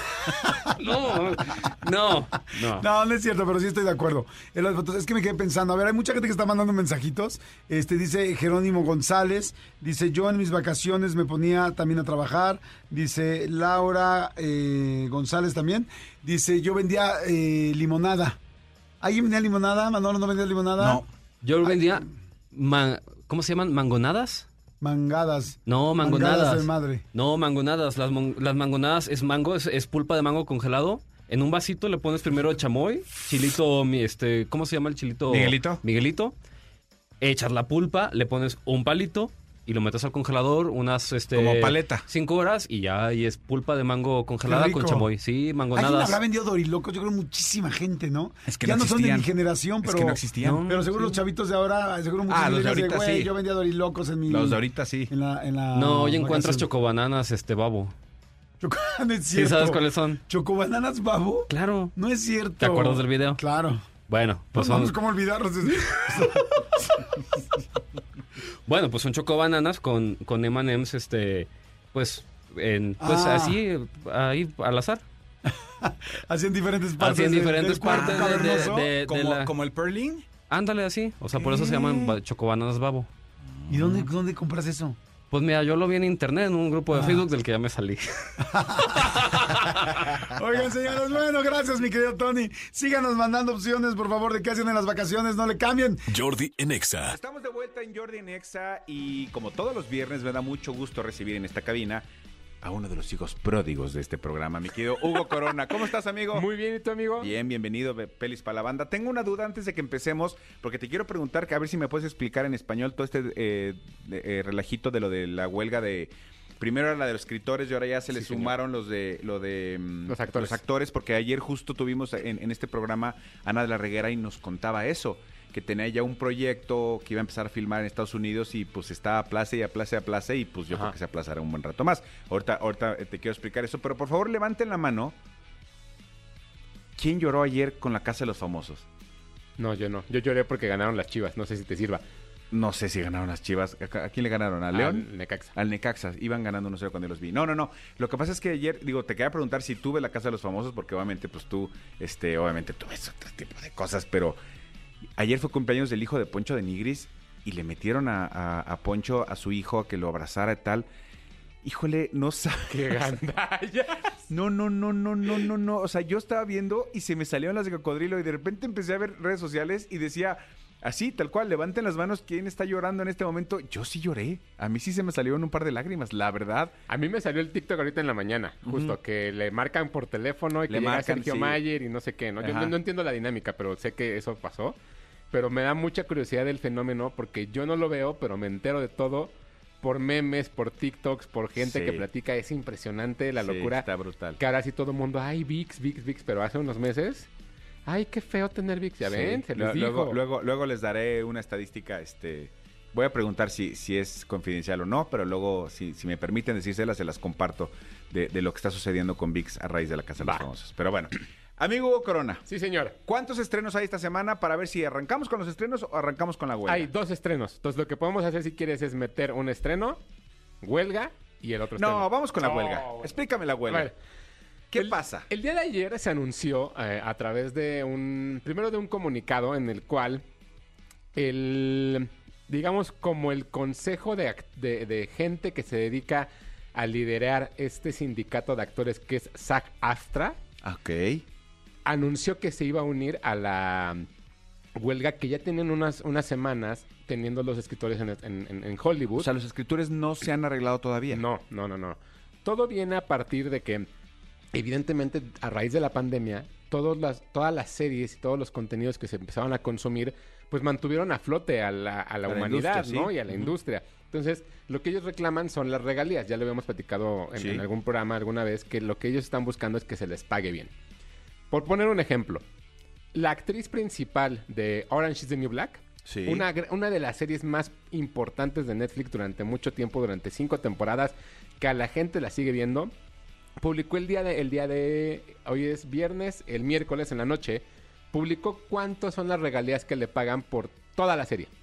no, no, no. No, no es cierto, pero sí estoy de acuerdo. En las fotos, es que me quedé pensando. A ver, hay mucha gente que está mandando mensajitos. Este dice Jerónimo González. Dice, yo en mis vacaciones me ponía también a trabajar. Dice Laura eh, González también. Dice, yo vendía eh, limonada. ¿Alguien vendía limonada? ¿Manolo no vendía limonada? No. Yo vendía, man, ¿cómo se llaman? ¿Mangonadas? Mangadas. No, mangonadas. Mangadas de madre. No, mangonadas. Las, mon, las mangonadas es mango, es, es pulpa de mango congelado. En un vasito le pones primero chamoy, chilito, este, ¿cómo se llama el chilito? Miguelito. Miguelito. Echas la pulpa, le pones un palito y lo metes al congelador unas, este... como paleta. Cinco horas y ya, y es pulpa de mango congelada con chamoy. Sí, mangonadas. ¿Alguien habrá vendido dorilocos? Yo creo muchísima gente, ¿no? Es que ya no, no son de mi generación, pero... Es que no existían. No, pero seguro sí. Los chavitos de ahora, seguro muchos ah, los de ahorita de, güey, sí. Yo vendía dorilocos en mi... Los de ahorita sí. En la, en la no, hoy encuentras chocobananas, este, babo. Chocobananas, es cierto. ¿Sí sabes cuáles son? ¿Chocobananas, babo? Claro. No es cierto. ¿Te acuerdas del video? Claro. Bueno, pues no, son... vamos, ¿cómo olvidarlos? Bueno, pues son chocobananas con, con eme and eme's, este, pues, en, pues ah. así, ahí, al azar. Así en diferentes partes. Así en diferentes de, partes de, de, de, de, de ¿Como, la... como el Perling? Ándale, así. O sea, por eso se llaman chocobananas babo. ¿Y dónde, dónde compras eso? Pues mira, yo lo vi en internet, en un grupo de ah. Facebook del que ya me salí. Oigan, señores, bueno, gracias, mi querido Tony. Síganos mandando opciones, por favor, de qué hacen en las vacaciones, no le cambien. Jordi en Exa. Estamos de vuelta en Jordi en Exa y como todos los viernes me da mucho gusto recibir en esta cabina a uno de los hijos pródigos de este programa, mi querido Hugo Corona. ¿Cómo estás, amigo? Muy bien, ¿y tú, amigo? Bien, bienvenido, Pelis para la banda. Tengo una duda antes de que empecemos, porque te quiero preguntar, que a ver si me puedes explicar en español todo este eh, eh, relajito de lo de la huelga de... Primero era la de los escritores y ahora ya se le sí, sumaron señor. los de lo de los actores. los actores, porque ayer justo tuvimos en, en este programa Ana de la Reguera y nos contaba eso, que tenía ya un proyecto que iba a empezar a filmar en Estados Unidos y pues está a plaza y a plaza y a plaza y pues yo Ajá. creo que se aplazará un buen rato más. Ahorita, ahorita te quiero explicar eso, pero por favor levanten la mano. ¿Quién lloró ayer con La Casa de los Famosos? No, yo no. Yo lloré porque ganaron las Chivas, no sé si te sirva. No sé si ganaron las Chivas. ¿A, a quién le ganaron? ¿A León? Al Necaxa. Al Necaxa. Iban ganando uno cero cuando yo los vi. No, no, no. Lo que pasa es que ayer, digo, te quería preguntar si tuve la Casa de los Famosos, porque obviamente, pues tú, este, obviamente tú ves otro tipo de cosas, pero ayer fue cumpleaños del hijo de Poncho de Nigris y le metieron a, a, a Poncho, a su hijo, a que lo abrazara y tal. Híjole, no sabes. ¡Qué gandallas! No, no, no, no, no, no, no. O sea, yo estaba viendo y se me salieron las de cocodrilo y de repente empecé a ver redes sociales y decía, así, tal cual, levanten las manos, ¿quién está llorando en este momento? Yo sí lloré. A mí sí se me salieron un par de lágrimas, la verdad. A mí me salió el TikTok ahorita en la mañana, justo, uh-huh. que le marcan por teléfono y que le llega marcan, Sergio sí. Mayer y no sé qué, ¿no? Yo no, no entiendo la dinámica, pero sé que eso pasó. Pero me da mucha curiosidad del fenómeno porque yo no lo veo, pero me entero de todo por memes, por TikToks, por gente Sí. que platica. Es impresionante la Sí, locura. está brutal. Que ahora sí todo el mundo, ay, VIX, VIX, VIX, pero hace unos meses, ay, qué feo tener VIX. Ya Sí. ven, se les Lu- dijo. Luego, luego, luego les daré una estadística, este... Voy a preguntar si, si es confidencial o no, pero luego, si, si me permiten decírselas, se las comparto de, de lo que está sucediendo con VIX a raíz de la Casa de los Va. Famosos. Pero bueno, amigo Hugo Corona, Sí, señor. ¿cuántos estrenos hay esta semana para ver si arrancamos con los estrenos o arrancamos con la huelga? Hay dos estrenos. Entonces, lo que podemos hacer si quieres es meter un estreno, huelga y el otro estreno. No, vamos con la Oh, huelga. bueno. Explícame la A huelga. ver, ¿Qué el- pasa? El día de ayer se anunció eh, a través de un, primero de un comunicado en el cual el, digamos, como el consejo de, act- de, de gente que se dedica a liderar este sindicato de actores que es SAG-AFTRA, Ok. anunció que se iba a unir a la huelga que ya tienen unas, unas semanas teniendo los escritores en, en- en- en Hollywood. O sea, los escritores no se han arreglado todavía. No, no, no, no. Todo viene a partir de que, evidentemente, a raíz de la pandemia, todas las, todas las series y todos los contenidos que se empezaban a consumir, pues mantuvieron a flote a la, a la A la humanidad, industria, ¿no? sí. Y a la Ujú. industria. Entonces, lo que ellos reclaman son las regalías. Ya lo habíamos platicado en, Sí. en algún programa alguna vez, que lo que ellos están buscando es que se les pague bien. Por poner un ejemplo, la actriz principal de Orange is the New Black, Sí. una, gr- una de las series más importantes de Netflix durante mucho tiempo, durante cinco temporadas, que a la gente la sigue viendo, publicó el día de, el día de, hoy es viernes, el miércoles en la noche, publicó cuántas son las regalías que le pagan por toda la serie.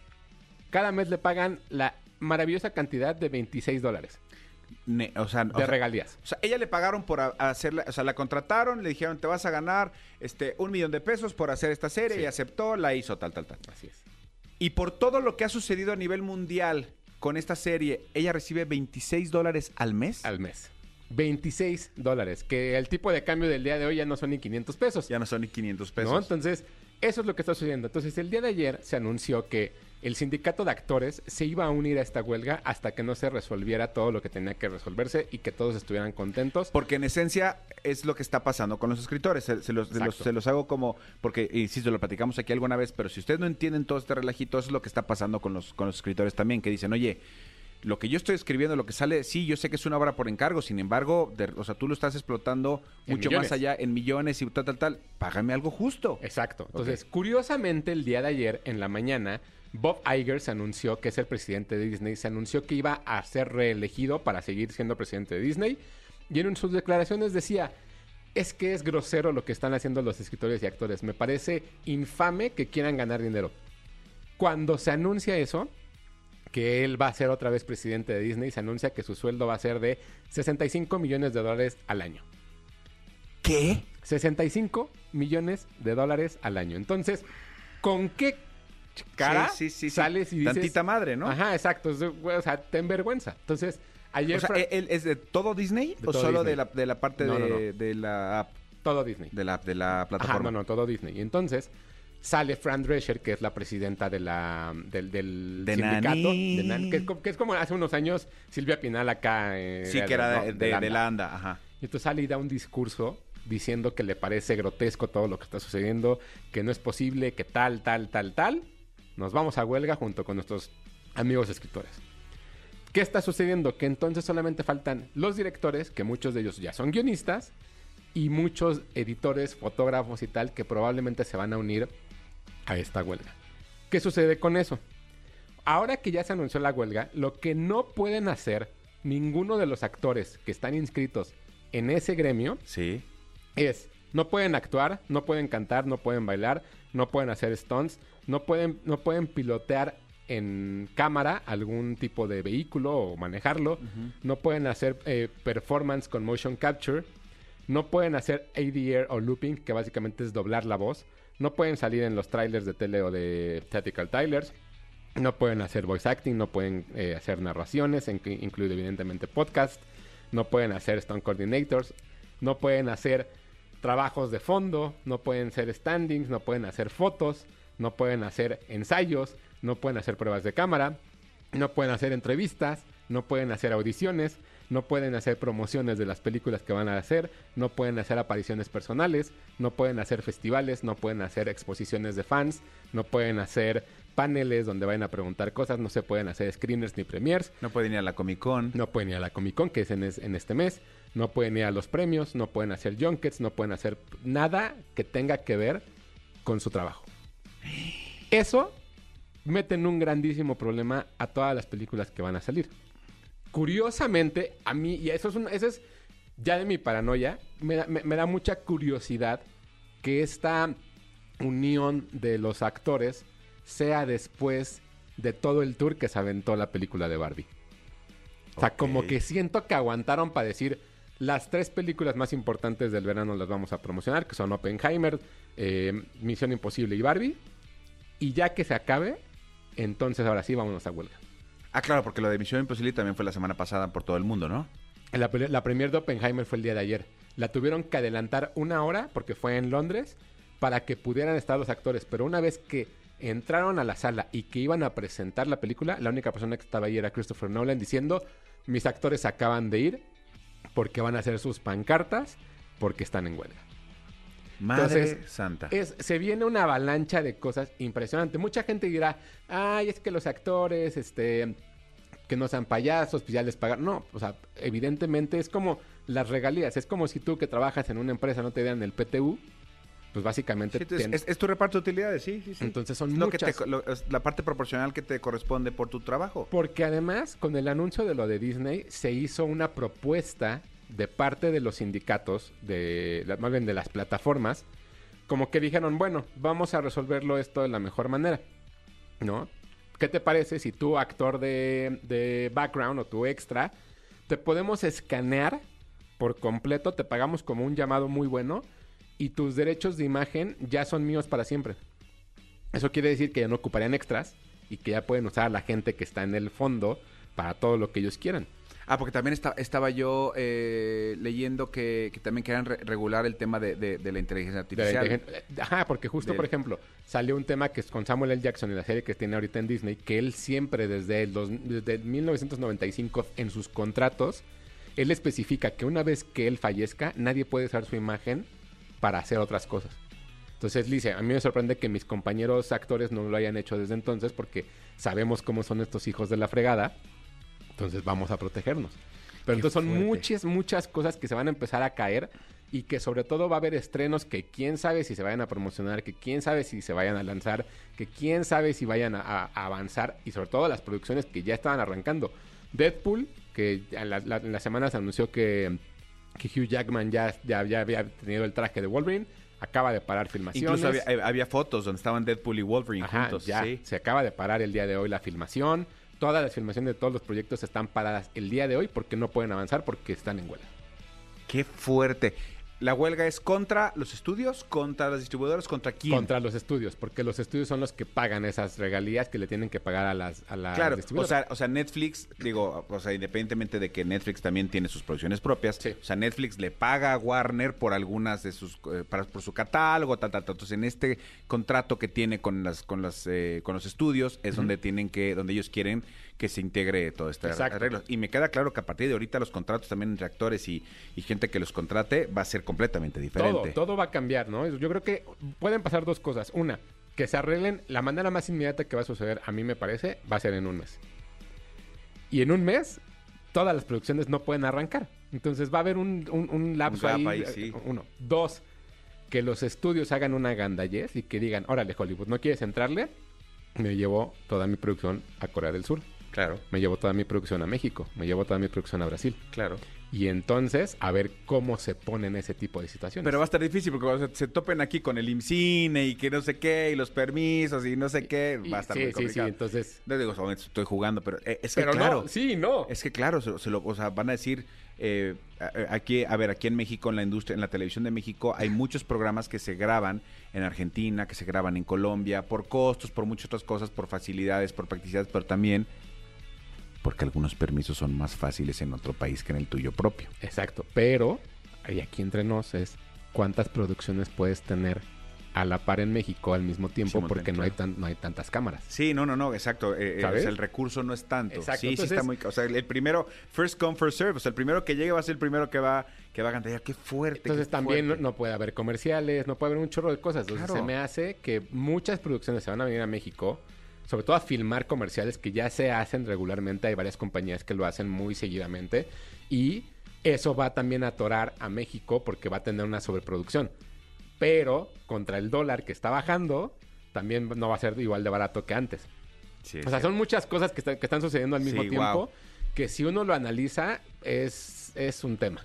Cada mes le pagan la maravillosa cantidad de veintiséis dólares Ne- o sea, o de sea, regalías. O sea, ella le pagaron por a- hacerla, o sea, la contrataron, le dijeron, te vas a ganar este un millón de pesos por hacer esta serie, Sí. y aceptó, la hizo, tal, tal, tal. Así es. Y por todo lo que ha sucedido a nivel mundial con esta serie, ella recibe veintiséis dólares al mes. Al mes. veintiséis dólares, que el tipo de cambio del día de hoy ya no son ni quinientos pesos. Ya no son ni quinientos pesos. ¿No? Entonces, eso es lo que está sucediendo. Entonces, el día de ayer se anunció que el sindicato de actores se iba a unir a esta huelga hasta que no se resolviera todo lo que tenía que resolverse y que todos estuvieran contentos. Porque en esencia es lo que está pasando con los escritores. Se, se los, se, los, Exacto. se los hago como, porque, insisto, lo platicamos aquí alguna vez, pero si ustedes no entienden todo este relajito, eso es lo que está pasando con los, con los escritores también, que dicen, oye, lo que yo estoy escribiendo, lo que sale, sí, yo sé que es una obra por encargo, sin embargo, de- o sea, tú lo estás explotando En mucho millones. más allá, en millones y tal, tal, tal, págame algo justo. Exacto. Entonces, curiosamente, el día de ayer, en la mañana, Bob Iger se anunció, que es el presidente de Disney, se anunció que iba a ser reelegido para seguir siendo presidente de Disney. Y en sus declaraciones decía, es que es grosero lo que están haciendo los escritores y actores. Me parece infame que quieran ganar dinero. Cuando se anuncia eso, que él va a ser otra vez presidente de Disney, se anuncia que su sueldo va a ser de sesenta y cinco millones de dólares al año. ¿Qué? sesenta y cinco millones de dólares al año. Entonces, ¿con qué cara Sí, sí, sí, sí. sales y dices... Tantita madre, ¿no? Ajá, exacto. Es de- güey, o sea, te envergüenza. Entonces, ayer... O sea, Fra- ¿él es de todo Disney De o todo solo Disney. de la, de la parte No, de, no, no. de la app, todo Disney. de la, de la Ajá, plataforma? no, no, todo Disney. Y entonces sale Fran Drescher, que es la presidenta de la, del, del De sindicato. Nani. de Nani, que, es como, que es como hace unos años Silvia Pinal acá. eh, Sí, que era ¿no? de, de, Landa. de la anda, ajá. Y entonces sale y da un discurso diciendo que le parece grotesco todo lo que está sucediendo, que no es posible, que tal, tal, tal, tal. Nos vamos a huelga junto con nuestros amigos escritores. ¿Qué está sucediendo? Que entonces solamente faltan los directores, que muchos de ellos ya son guionistas, y muchos editores, fotógrafos y tal, que probablemente se van a unir a esta huelga. ¿Qué sucede con eso? Ahora que ya se anunció la huelga, lo que no pueden hacer ninguno de los actores que están inscritos en ese gremio Sí. es, no pueden actuar, no pueden cantar, no pueden bailar, no pueden hacer stunts, no pueden, no pueden pilotear en cámara algún tipo de vehículo o manejarlo. Uh-huh. No pueden hacer eh, performance con motion capture. No pueden hacer A D R o looping, que básicamente es doblar la voz. No pueden salir en los trailers de tele o de theatrical trailers. No pueden hacer voice acting, no pueden eh, hacer narraciones, incluido evidentemente podcast. No pueden hacer stunt coordinators. No pueden hacer trabajos de fondo. No pueden hacer standings. No pueden hacer fotos. No pueden hacer ensayos. No pueden hacer pruebas de cámara. No pueden hacer entrevistas. No pueden hacer audiciones. No pueden hacer promociones de las películas que van a hacer. No pueden hacer apariciones personales. No pueden hacer festivales. No pueden hacer exposiciones de fans. No pueden hacer paneles donde vayan a preguntar cosas. No se pueden hacer screeners ni premiers. No pueden ir a la Comic Con. No pueden ir a la Comic Con, que es en, es en este mes. No pueden ir a los premios. No pueden hacer junkets. No pueden hacer nada que tenga que ver con su trabajo. Eso mete en un grandísimo problema a todas las películas que van a salir. Curiosamente, a mí, y eso es, un, eso es ya de mi paranoia, me da, me, me da mucha curiosidad que esta unión de los actores sea después de todo el tour que se aventó la película de Barbie. O sea, okay. Como que siento que aguantaron para decir, las tres películas más importantes del verano las vamos a promocionar, que son Oppenheimer, eh, Misión Imposible y Barbie. Y ya que se acabe, entonces ahora sí vámonos a huelga. Ah, claro, porque lo de Misión Imposible también fue la semana pasada por todo el mundo, ¿no? La, la premier de Oppenheimer fue el día de ayer. La tuvieron que adelantar una hora, porque fue en Londres, para que pudieran estar los actores. Pero una vez que entraron a la sala y que iban a presentar la película, la única persona que estaba ahí era Christopher Nolan diciendo, mis actores acaban de ir porque van a hacer sus pancartas porque están en huelga. Madre Entonces, santa. Es, se viene una avalancha de cosas impresionante. Mucha gente dirá, ay, es que los actores, este, que no sean payasos, pues ya les pagan. No, o sea, evidentemente es como las regalías. Es como si tú que trabajas en una empresa no te dan el P T U, pues básicamente... Sí, es, es, es tu reparto de utilidades, sí, sí, sí. Entonces son lo muchas. Que te, lo, es la parte proporcional que te corresponde por tu trabajo. Porque además, con el anuncio de lo de Disney, se hizo una propuesta de parte de los sindicatos, de, más bien de las plataformas, como que dijeron, bueno, vamos a resolverlo esto de la mejor manera, ¿no? ¿Qué te parece si tú, actor de, de background o tu extra, te podemos escanear por completo, te pagamos como un llamado muy bueno y tus derechos de imagen ya son míos para siempre? Eso quiere decir que ya no ocuparían extras y que ya pueden usar a la gente que está en el fondo para todo lo que ellos quieran. Ah, porque también está, estaba yo eh, leyendo que, que también querían re regular el tema de, de, de la inteligencia artificial. De la, ajá, porque justo, de... por ejemplo, salió un tema que es con Samuel L. Jackson y la serie que tiene ahorita en Disney, que él siempre desde, el dos, desde mil novecientos noventa y cinco en sus contratos, él especifica que una vez que él fallezca, nadie puede usar su imagen para hacer otras cosas. Entonces, dice, a mí me sorprende que mis compañeros actores no lo hayan hecho desde entonces porque sabemos cómo son estos hijos de la fregada. Entonces vamos a protegernos. Pero Qué entonces son fuerte. muchas, muchas cosas que se van a empezar a caer y que sobre todo va a haber estrenos que quién sabe si se vayan a promocionar, que quién sabe si se vayan a lanzar, que quién sabe si vayan a, a, a avanzar y sobre todo las producciones que ya estaban arrancando. Deadpool, que en la, la, en la semana se anunció que, que Hugh Jackman ya, ya, ya había tenido el traje de Wolverine, acaba de parar filmaciones. Incluso había, había fotos donde estaban Deadpool y Wolverine Ajá, juntos. Ya, sí. Se acaba de parar el día de hoy la filmación. Todas las filmaciones de todos los proyectos están paradas el día de hoy porque no pueden avanzar porque están en huelga. ¡Qué fuerte! La huelga es contra los estudios, contra las distribuidoras, ¿contra quién? Contra los estudios, porque los estudios son los que pagan esas regalías que le tienen que pagar a las, a las claro, distribuidoras. O sea, o sea, Netflix, digo, o sea, independientemente de que Netflix también tiene sus producciones propias, sí. O sea, Netflix le paga a Warner por algunas de sus, eh, para, por su catálogo, tal, tal, tal. Entonces, en este contrato que tiene con las, con las, eh, con los estudios es uh-huh. donde tienen que, donde ellos quieren que se integre todo este Exacto. arreglo. Y me queda claro que a partir de ahorita los contratos también entre actores y, y gente que los contrate va a ser completamente diferente. Todo, todo va a cambiar, ¿no? Yo creo que pueden pasar dos cosas. Una, que se arreglen. La manera más inmediata que va a suceder, a mí me parece, va a ser en un mes. Y en un mes, todas las producciones no pueden arrancar. Entonces va a haber un, un, un lapso un ahí. ahí sí. Uno. Dos, que los estudios hagan una gandallez y que digan, órale, Hollywood, ¿no quieres entrarle? Me llevo toda mi producción a Corea del Sur. Claro. Me llevo toda mi producción a México. Me llevo toda mi producción a Brasil. Claro. Y entonces, a ver cómo se ponen ese tipo de situaciones. Pero va a estar difícil porque cuando se, se topen aquí con el IMCINE y que no sé qué, y los permisos y no sé qué, Y- va a estar sí, muy sí, complicado. sí, entonces... No digo, solamente estoy jugando, pero eh, es que Pero claro. no, sí, no. Es que claro, se, lo- se lo, o sea, van a decir, eh, a- a- aquí, a ver, aquí en México, en la industria, en la televisión de México, hay muchos programas que se graban en Argentina, que se graban en Colombia, por costos, por muchas otras cosas, por facilidades, por practicidades, pero también porque algunos permisos son más fáciles en otro país que en el tuyo propio. Exacto, pero y aquí entre nos es cuántas producciones puedes tener a la par en México al mismo tiempo Simultáneo, porque no hay claro. tan, no hay tantas cámaras. Sí, no, no, no, exacto. Eh, eh, ¿Sabes? o sea, el recurso no es tanto. Exacto, Sí, sí entonces- está muy... O sea, el, el primero, first come, first serve. O sea, el primero que llegue va a ser el primero que va, que va a cantar. Qué fuerte, Entonces qué también no, fuerte. no puede haber comerciales, no puede haber un chorro de cosas. Entonces Claro. se me hace que muchas producciones se van a venir a México, sobre todo a filmar comerciales que ya se hacen regularmente. Hay varias compañías que lo hacen muy seguidamente. Y eso va también a atorar a México porque va a tener una sobreproducción. Pero contra el dólar que está bajando, también no va a ser igual de barato que antes. Sí, O sea, sí. son muchas cosas que, está- que están sucediendo al mismo Sí, tiempo guau. que si uno lo analiza es, es un tema.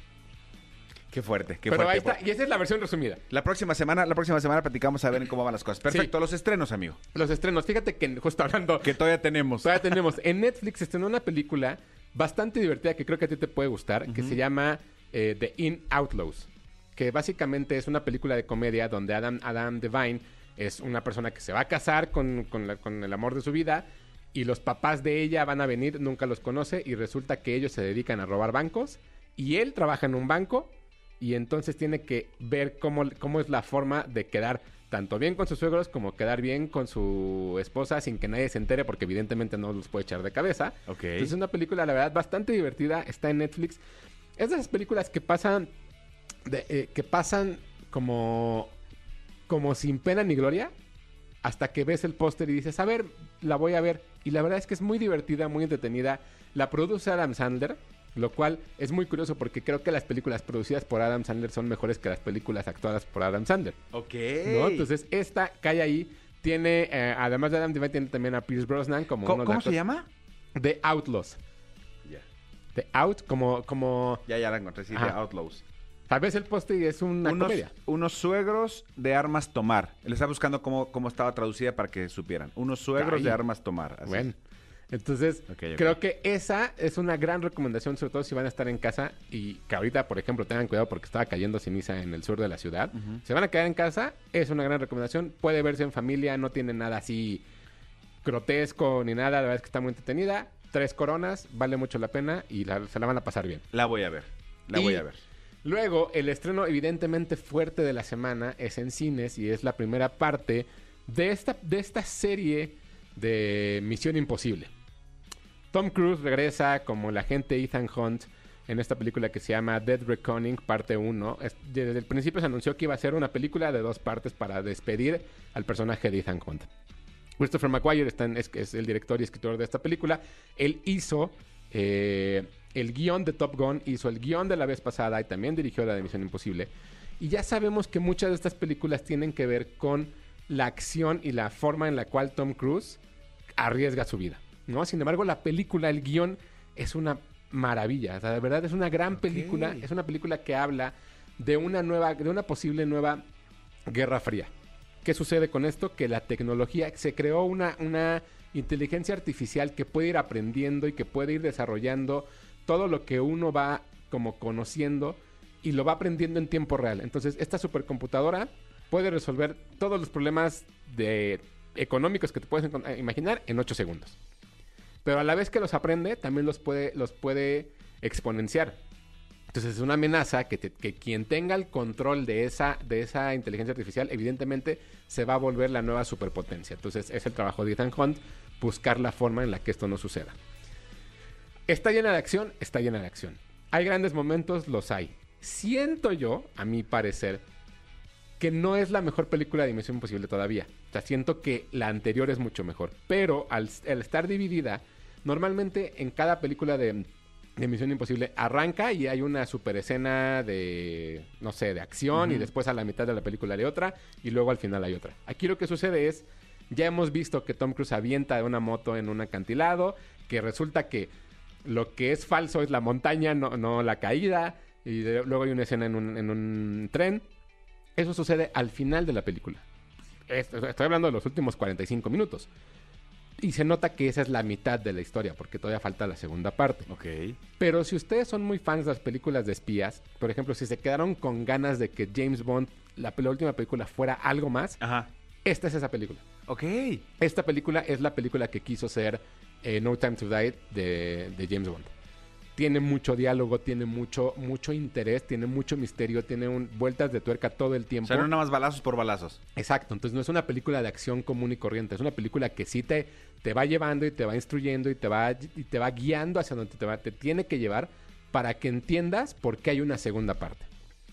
Qué fuerte, qué Pero fuerte. ahí está, y esa es la versión resumida. La próxima semana, la próxima semana platicamos a ver cómo van las cosas. Perfecto, los estrenos, amigo. Los estrenos, fíjate que justo hablando, Que todavía tenemos. todavía tenemos, en Netflix se estrenó una película bastante divertida que creo que a ti te puede gustar, que se llama eh, The In Outlaws, que básicamente es una película de comedia donde Adam, Adam Devine es una persona que se va a casar con, con, la- con el amor de su vida y los papás de ella van a venir, nunca los conoce y resulta que ellos se dedican a robar bancos y él trabaja en un banco y entonces tiene que ver cómo, cómo es la forma de quedar tanto bien con sus suegros como quedar bien con su esposa sin que nadie se entere porque evidentemente no los puede echar de cabeza. Ok. Entonces es una película, la verdad, bastante divertida. Está en Netflix. Es de esas películas que pasan, de- eh, que pasan como, como sin pena ni gloria hasta que ves el póster y dices, a ver, la voy a ver. Y la verdad es que es muy divertida, muy entretenida. La produce Adam Sandler, lo cual es muy curioso porque creo que las películas producidas por Adam Sandler son mejores que las películas actuadas por Adam Sandler. Ok. ¿No? Entonces, esta cae ahí. Tiene, eh, además de Adam Devine, tiene también a Pierce Brosnan como ¿Cómo, uno de cómo los se actores- llama? The Outlaws. Ya. The Out, como, como... Ya, ya la encontré, sí, de Ajá. Outlaws. Tal vez el póster y es una Unos, comedia. unos suegros de armas tomar. Le estaba buscando cómo, cómo estaba traducida para que supieran. Unos suegros Ay. de armas tomar. así. Bueno. Entonces, Ok, ok. creo que esa es una gran recomendación, sobre todo si van a estar en casa y que ahorita, por ejemplo, tengan cuidado porque estaba cayendo ceniza en el sur de la ciudad. Si van a quedar en casa, es una gran recomendación. Puede verse en familia, no tiene nada así grotesco ni nada. La verdad es que está muy entretenida. Tres coronas, vale mucho la pena y la- se la van a pasar bien. La voy a ver. La Y voy a ver. Luego, el estreno evidentemente fuerte de la semana es en cines y es la primera parte de esta, de esta serie de Misión Imposible. Tom Cruise regresa como el agente Ethan Hunt en esta película que se llama Dead Reckoning, parte uno. Es- Desde el principio se anunció que iba a ser una película de dos partes para despedir al personaje de Ethan Hunt. Christopher McQuarrie está en- es, es el director y escritor de esta película. Él hizo eh, el guión de Top Gun, hizo el guión de la vez pasada y también dirigió la de Misión Imposible. Y ya sabemos que muchas de estas películas tienen que ver con la acción y la forma en la cual Tom Cruise arriesga su vida, ¿no? Sin embargo, la película, el guión, es una maravilla. O sea, de verdad es una gran película. Es una película que habla de una nueva, de una posible nueva Guerra Fría. ¿Qué sucede con esto? Que la tecnología, se creó una, una inteligencia artificial que puede ir aprendiendo y que puede ir desarrollando todo lo que uno va como conociendo y lo va aprendiendo en tiempo real. Entonces, esta supercomputadora puede resolver todos los problemas de, económicos que te puedes encon- imaginar en ocho segundos. Pero a la vez que los aprende, también los puede, los puede exponenciar. Entonces es una amenaza que, te- que quien tenga el control de esa, de esa inteligencia artificial, evidentemente se va a volver la nueva superpotencia. Entonces es el trabajo de Ethan Hunt buscar la forma en la que esto no suceda. ¿Está llena de acción? Está llena de acción. ¿Hay grandes momentos? Los hay. Siento yo, a mi parecer, que no es la mejor película de Misión Imposible todavía. O sea, siento que la anterior es mucho mejor. Pero al, al estar dividida, normalmente en cada película de, de Misión Imposible arranca y hay una super escena de, no sé, de acción Ujú. y después a la mitad de la película hay otra y luego al final hay otra. Aquí lo que sucede es, ya hemos visto que Tom Cruise avienta de una moto en un acantilado, que resulta que Lo que es falso es la montaña, no, no la caída. Y de- luego hay una escena en un, en un tren. Eso sucede al final de la película. Esto- Estoy hablando de los últimos cuarenta y cinco minutos. Y se nota que esa es la mitad de la historia, porque todavía falta la segunda parte. Ok. Pero si ustedes son muy fans de las películas de espías, por ejemplo, si se quedaron con ganas de que James Bond, la, la última película, fuera algo más, Ajá. esta es esa película. Ok. Esta película es la película que quiso ser eh, No Time to Die de, de James Bond. Tiene mucho diálogo, tiene mucho, mucho interés, tiene mucho misterio, tiene un, vueltas de tuerca todo el O tiempo. sea, no nada más balazos por balazos. Exacto, entonces no es una película de acción común y corriente, es una película que sí te, te va llevando y te va instruyendo y te va, y te va guiando hacia donde te, va, te tiene que llevar para que entiendas por qué hay una segunda parte.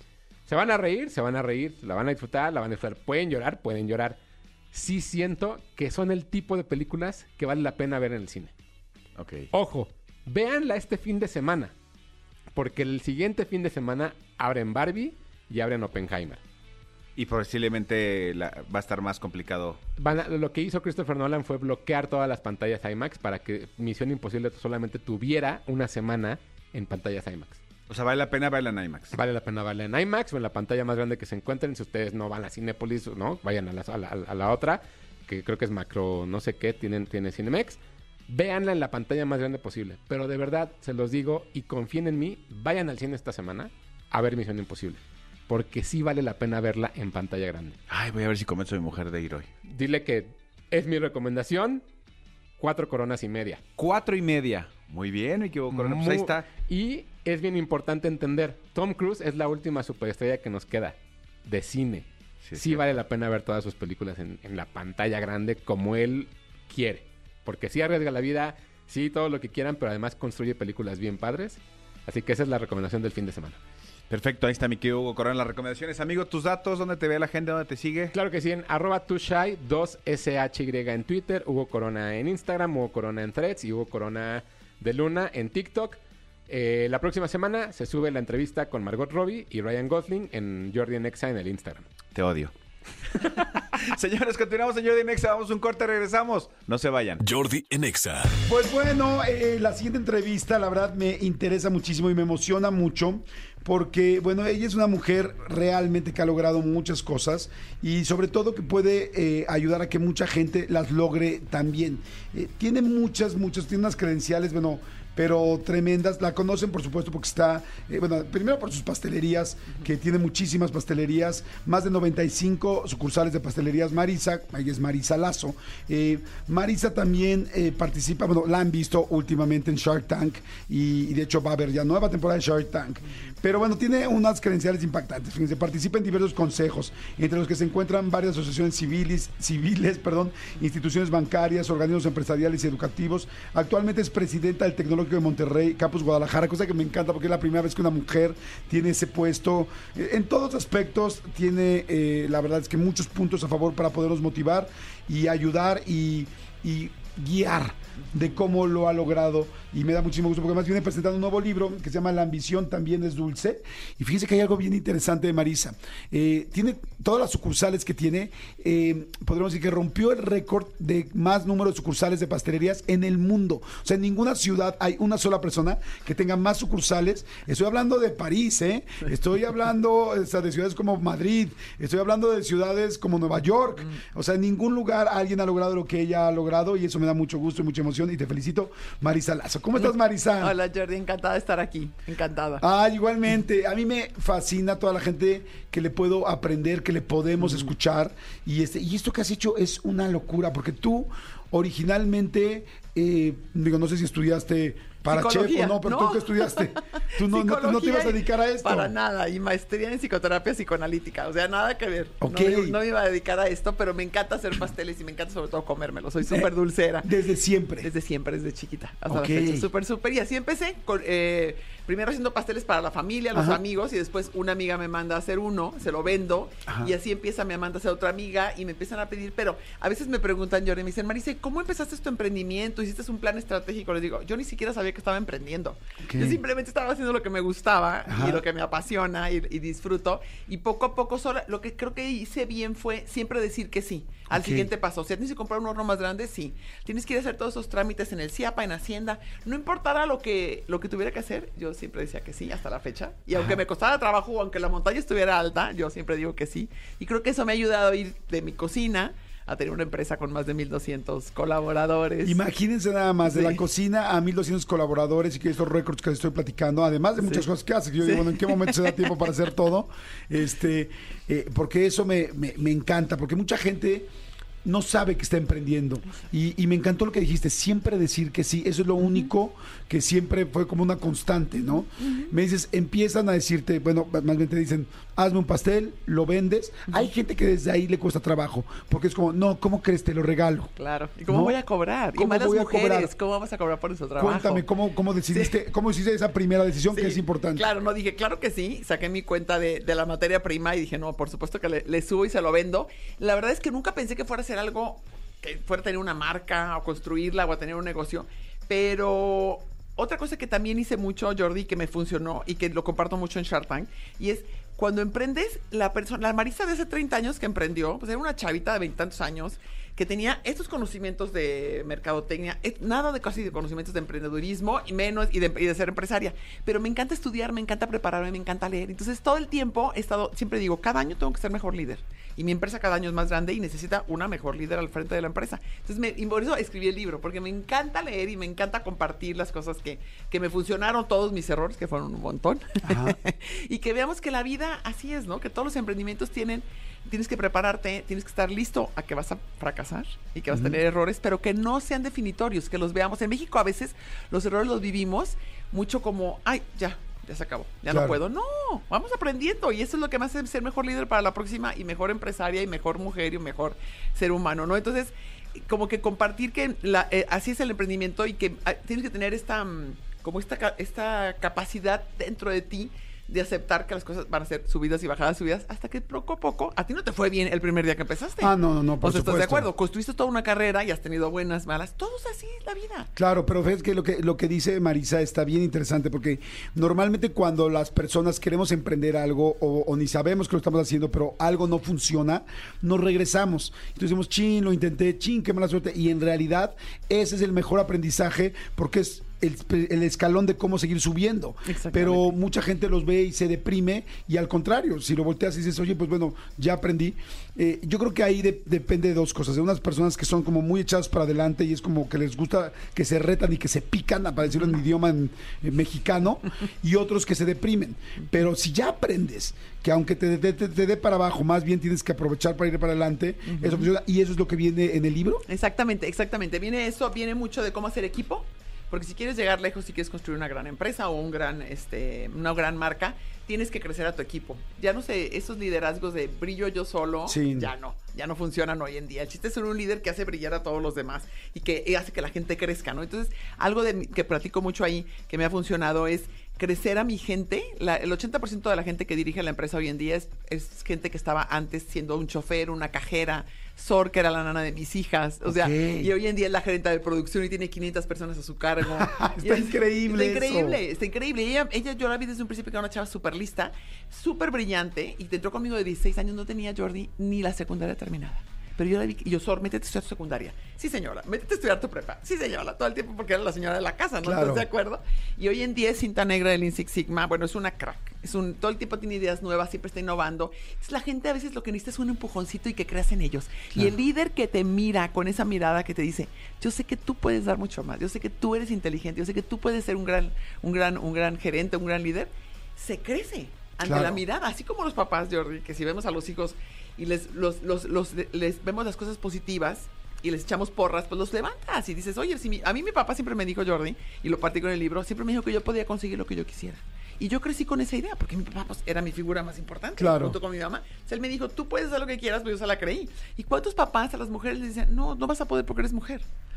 Se van a reír, se van a reír, la van a disfrutar, la van a disfrutar. Pueden llorar, pueden llorar. Sí siento que son el tipo de películas que vale la pena ver en el cine. Ok. Ojo, véanla este fin de semana, porque el siguiente fin de semana abren Barbie y abren Oppenheimer. Y posiblemente la- va a estar más complicado. Van a- lo que hizo Christopher Nolan fue bloquear todas las pantallas IMAX para que Misión Imposible solamente tuviera una semana en pantallas IMAX. O sea, vale la pena verla en IMAX. Vale la pena verla en IMAX o en la pantalla más grande que se encuentren. Si ustedes no van a Cinépolis, ¿no? Vayan a la, a la, a la otra, que creo que es Macro, no sé qué, tienen, tiene Cinemex. Véanla en la pantalla más grande posible. Pero de verdad, se los digo y confíen en mí, vayan al cine esta semana a ver Misión Imposible. Porque sí vale la pena verla en pantalla grande. Ay, voy a ver si convenzo a mi mujer de ir hoy. Dile que es mi recomendación, cuatro coronas y media. Cuatro y media. Muy bien, me equivoco. Corona. Pues ahí Mu- está. Y es bien importante entender, Tom Cruise es la última superestrella que nos queda de cine. Sí, Sí, es cierto. vale la pena ver todas sus películas en, en la pantalla grande como él quiere. Porque sí arriesga la vida, sí todo lo que quieran, pero además construye películas bien padres. Así que esa es la recomendación del fin de semana. Perfecto, ahí está mi querido Hugo Corona, las recomendaciones. Amigo, tus datos, ¿dónde te ve la gente? ¿Dónde te sigue? Claro que sí, en arroba tushai, dos S H Y en Twitter, Hugo Corona en Instagram, Hugo Corona en Threads y Hugo Corona de Luna en TikTok. Eh, la próxima semana se sube la entrevista con Margot Robbie y Ryan Gosling en Jordi en Exa en el Instagram. Te odio. Señores, continuamos en Jordi Nexa. Vamos a un corte, regresamos. No se vayan. Jordi en Exa. Pues bueno, eh, la siguiente entrevista, la verdad, me interesa muchísimo y me emociona mucho porque, bueno, ella es una mujer realmente que ha logrado muchas cosas y sobre todo que puede eh, ayudar a que mucha gente las logre también. Eh, tiene muchas, muchas, tiene unas credenciales, bueno, pero tremendas. La conocen, por supuesto, porque está, eh, bueno, primero por sus pastelerías, que tiene muchísimas pastelerías, más de noventa y cinco sucursales de pastelerías Marisa, ahí es Marisa Lazo. Eh, Marisa también eh, participa, bueno, la han visto últimamente en Shark Tank y, y de hecho va a haber ya nueva temporada de Shark Tank. Pero bueno, tiene unas credenciales impactantes. Fíjense, participa en diversos consejos, entre los que se encuentran varias asociaciones civiles, civiles, perdón, instituciones bancarias, organismos empresariales y educativos. Actualmente es presidenta del Tecnológico de Monterrey, Campus Guadalajara, cosa que me encanta porque es la primera vez que una mujer tiene ese puesto. Eh, En todos aspectos tiene, eh, la verdad es que muchos puntos a favor para podernos motivar y ayudar y, y guiar de cómo lo ha logrado. Y me da muchísimo gusto porque además viene presentando un nuevo libro que se llama La ambición también es dulce. Y fíjense que hay algo bien interesante de Marisa. Eh, tiene todas las sucursales que tiene, eh, podríamos decir que rompió el récord de más número de sucursales de pastelerías en el mundo. O sea, en ninguna ciudad hay una sola persona que tenga más sucursales. Estoy hablando de París, ¿eh? Estoy hablando o sea, de ciudades como Madrid, estoy hablando de ciudades como Nueva York. O sea, en ningún lugar alguien ha logrado lo que ella ha logrado y eso me da mucho gusto y mucha emoción y te felicito, Marisa Lazo. ¿Cómo estás, Marisa? Hola Jordi, encantada de estar aquí, encantada. Ah, igualmente. A mí me fascina toda la gente que le puedo aprender, que le podemos escuchar. Y este, y esto que has hecho es una locura, porque tú originalmente, eh, digo, no sé si estudiaste para chef Psicología, o no, pero ¿no? tú que estudiaste. Tú no, no, te- no te ibas a dedicar a esto. Para nada, y maestría en psicoterapia psicoanalítica, o sea, nada que ver. Ok. No, me- no me iba a dedicar a esto, pero me encanta hacer pasteles y me encanta sobre todo comérmelos. Soy súper dulcera. Desde siempre. Desde siempre, desde chiquita. Hasta Ok. la fecha. Súper, súper. Y así empecé. Con, eh, primero haciendo pasteles para la familia, los Ajá. amigos, y después una amiga me manda a hacer uno, se lo vendo, Ajá. y así empieza, me manda a hacer otra amiga, y me empiezan a pedir, pero a veces me preguntan, Jordi, me dicen, Marisa, ¿cómo empezaste tu emprendimiento? ¿Hiciste un plan estratégico? Les digo, yo ni siquiera sabía que estaba emprendiendo. Okay. Yo simplemente estaba haciendo lo que me gustaba, Ajá. y lo que me apasiona, y, y disfruto, y poco a poco, solo, lo que creo que hice bien fue siempre decir que sí, al Ok. siguiente paso. O sea, tienes que comprar un horno más grande, sí. Tienes que ir a hacer todos esos trámites en el CIAPA, en Hacienda. No importara lo que, lo que tuviera que hacer, yo siempre decía que sí, hasta la fecha. Y aunque me costara trabajo, o aunque la montaña estuviera alta, yo siempre digo que sí. Y creo que eso me ha ayudado a ir de mi cocina a tener una empresa con más de mil doscientos colaboradores. Imagínense nada más, de Sí. la cocina a mil doscientos colaboradores y que estos récords que les estoy platicando, además de muchas Sí. cosas que haces, que yo Sí. digo, bueno, ¿en qué momento se da tiempo para hacer todo? Este, eh, porque eso me, me, me encanta, porque mucha gente no sabe que está emprendiendo. Y, y me encantó lo que dijiste, siempre decir que sí, eso es lo único que siempre fue como una constante, ¿no? Me dices, empiezan a decirte, bueno, más bien te dicen, hazme un pastel, lo vendes. Hay gente que desde ahí le cuesta trabajo, porque es como, no, ¿cómo crees? Te lo regalo. Claro. ¿Y cómo ¿No? voy a cobrar? Y ¿Cómo más las voy a mujeres, cobrar? ¿cómo vamos a cobrar por nuestro trabajo? Cuéntame, ¿cómo, cómo decidiste, cómo hiciste esa primera decisión que Sí, es importante? Claro, no dije, claro que sí. Saqué mi cuenta de, de la materia prima y dije, no, por supuesto que le, le subo y se lo vendo. La verdad es que nunca pensé que fuera a ser algo, que fuera a tener una marca o construirla o a tener un negocio. Pero otra cosa que también hice mucho, Jordi, que me funcionó y que lo comparto mucho en Shark Tank, y es cuando emprendes, la persona, la Marisa de hace treinta años que emprendió, pues era una chavita de veintitantos años que tenía estos conocimientos de mercadotecnia, es- nada de casi de conocimientos de emprendedurismo y menos y de, y de ser empresaria, pero me encanta estudiar, me encanta prepararme, me encanta leer. Entonces todo el tiempo he estado, siempre digo, cada año tengo que ser mejor líder y mi empresa cada año es más grande y necesita una mejor líder al frente de la empresa. Entonces me, y por eso escribí el libro, porque me encanta leer y me encanta compartir las cosas que, que me funcionaron, todos mis errores, que fueron un montón, y que veamos que la vida así es, ¿no? Que todos los emprendimientos tienen, tienes que prepararte, tienes que estar listo a que vas a fracasar y que vas a tener errores, pero que no sean definitorios, que los veamos. En México a veces los errores los vivimos mucho como, ay, ya, ya se acabó, ya Claro. no puedo. No, vamos aprendiendo y eso es lo que me hace ser mejor líder para la próxima y mejor empresaria y mejor mujer y mejor ser humano, ¿no? Entonces, como que compartir que la, eh, así es el emprendimiento y que ah, tienes que tener esta, mm, como esta, ca- esta capacidad dentro de ti de aceptar que las cosas van a ser subidas y bajadas, subidas, hasta que poco a poco, a ti no te fue bien el primer día que empezaste. Ah, no, no, no, por O sea, ¿estás de supuesto. acuerdo? Construiste toda una carrera y has tenido buenas, malas, todo es así, es la vida. Claro, pero ves que lo que lo que dice Marisa está bien interesante porque normalmente cuando las personas queremos emprender algo o, o ni sabemos que lo estamos haciendo, pero algo no funciona, nos regresamos. Entonces decimos, chin, lo intenté, chin, qué mala suerte. Y en realidad ese es el mejor aprendizaje porque es el, el escalón de cómo seguir subiendo. Exactamente. Pero mucha gente los ve y se deprime y al contrario, si lo volteas y dices, oye, pues bueno, ya aprendí. Eh, yo creo que ahí de- depende de dos cosas. De unas personas que son como muy echadas para adelante y es como que les gusta que se retan y que se pican, para decirlo en idioma en- en mexicano, y otros que se deprimen. Pero si ya aprendes que aunque te dé te, te dé para abajo, más bien tienes que aprovechar para ir para adelante, eso funciona. Y eso es lo que viene en el libro. Exactamente, exactamente. Viene eso, viene mucho de cómo hacer equipo, porque si quieres llegar lejos, si quieres construir una gran empresa o un gran, este, una gran marca, tienes que crecer a tu equipo. Ya no sé, esos liderazgos de brillo yo solo, Sí. ya no, ya no funcionan hoy en día. El chiste es ser un líder que hace brillar a todos los demás y que y hace que la gente crezca, ¿no? Entonces, algo de mi- que platico mucho ahí, que me ha funcionado es crecer a mi gente. La- el ochenta por ciento de la gente que dirige la empresa hoy en día es, es gente que estaba antes siendo un chofer, una cajera, Sor, que era la nana de mis hijas. O sea, Ok. y hoy en día es la gerente de producción y tiene quinientas personas a su cargo. Está Y es- increíble Está eso. increíble, está increíble. Y ella, ella, yo la vi desde un principio que era una chava súper lista, súper brillante, y te entró conmigo de dieciséis años, no tenía, Jordi, ni la secundaria terminada. Pero yo la vi, y yo, Sor, métete a estudiar tu secundaria. Sí, señora. Métete a estudiar tu prepa. Sí, señora. Todo el tiempo porque era la señora de la casa, ¿no? Claro. ¿Estás de acuerdo? Y hoy en día es cinta negra del Lean Six Sigma. Bueno, es una crack. Es un, todo el tiempo tiene ideas nuevas, siempre está innovando. Entonces la gente a veces lo que necesita es un empujoncito y que creas en ellos. Y el líder que te mira con esa mirada que te dice, yo sé que tú puedes dar mucho más, yo sé que tú eres inteligente, yo sé que tú puedes ser un gran, un gran, un gran gerente, un gran líder, se crece ante Claro. la mirada, así como los papás, Jordi, que si vemos a los hijos y les, los, los, los- les vemos las cosas positivas y les echamos porras, pues los levantas y dices, oye, si mi- a mí mi papá siempre me dijo, Jordi, y lo partí con el libro, siempre me dijo que yo podía conseguir lo que yo quisiera. Y yo crecí con esa idea, porque mi papá pues, era mi figura más importante, Claro. junto con mi mamá. Entonces él me dijo, tú puedes hacer lo que quieras, pues yo se la creí. ¿Y cuántos papás a las mujeres les dicen, no, no vas a poder porque eres mujer?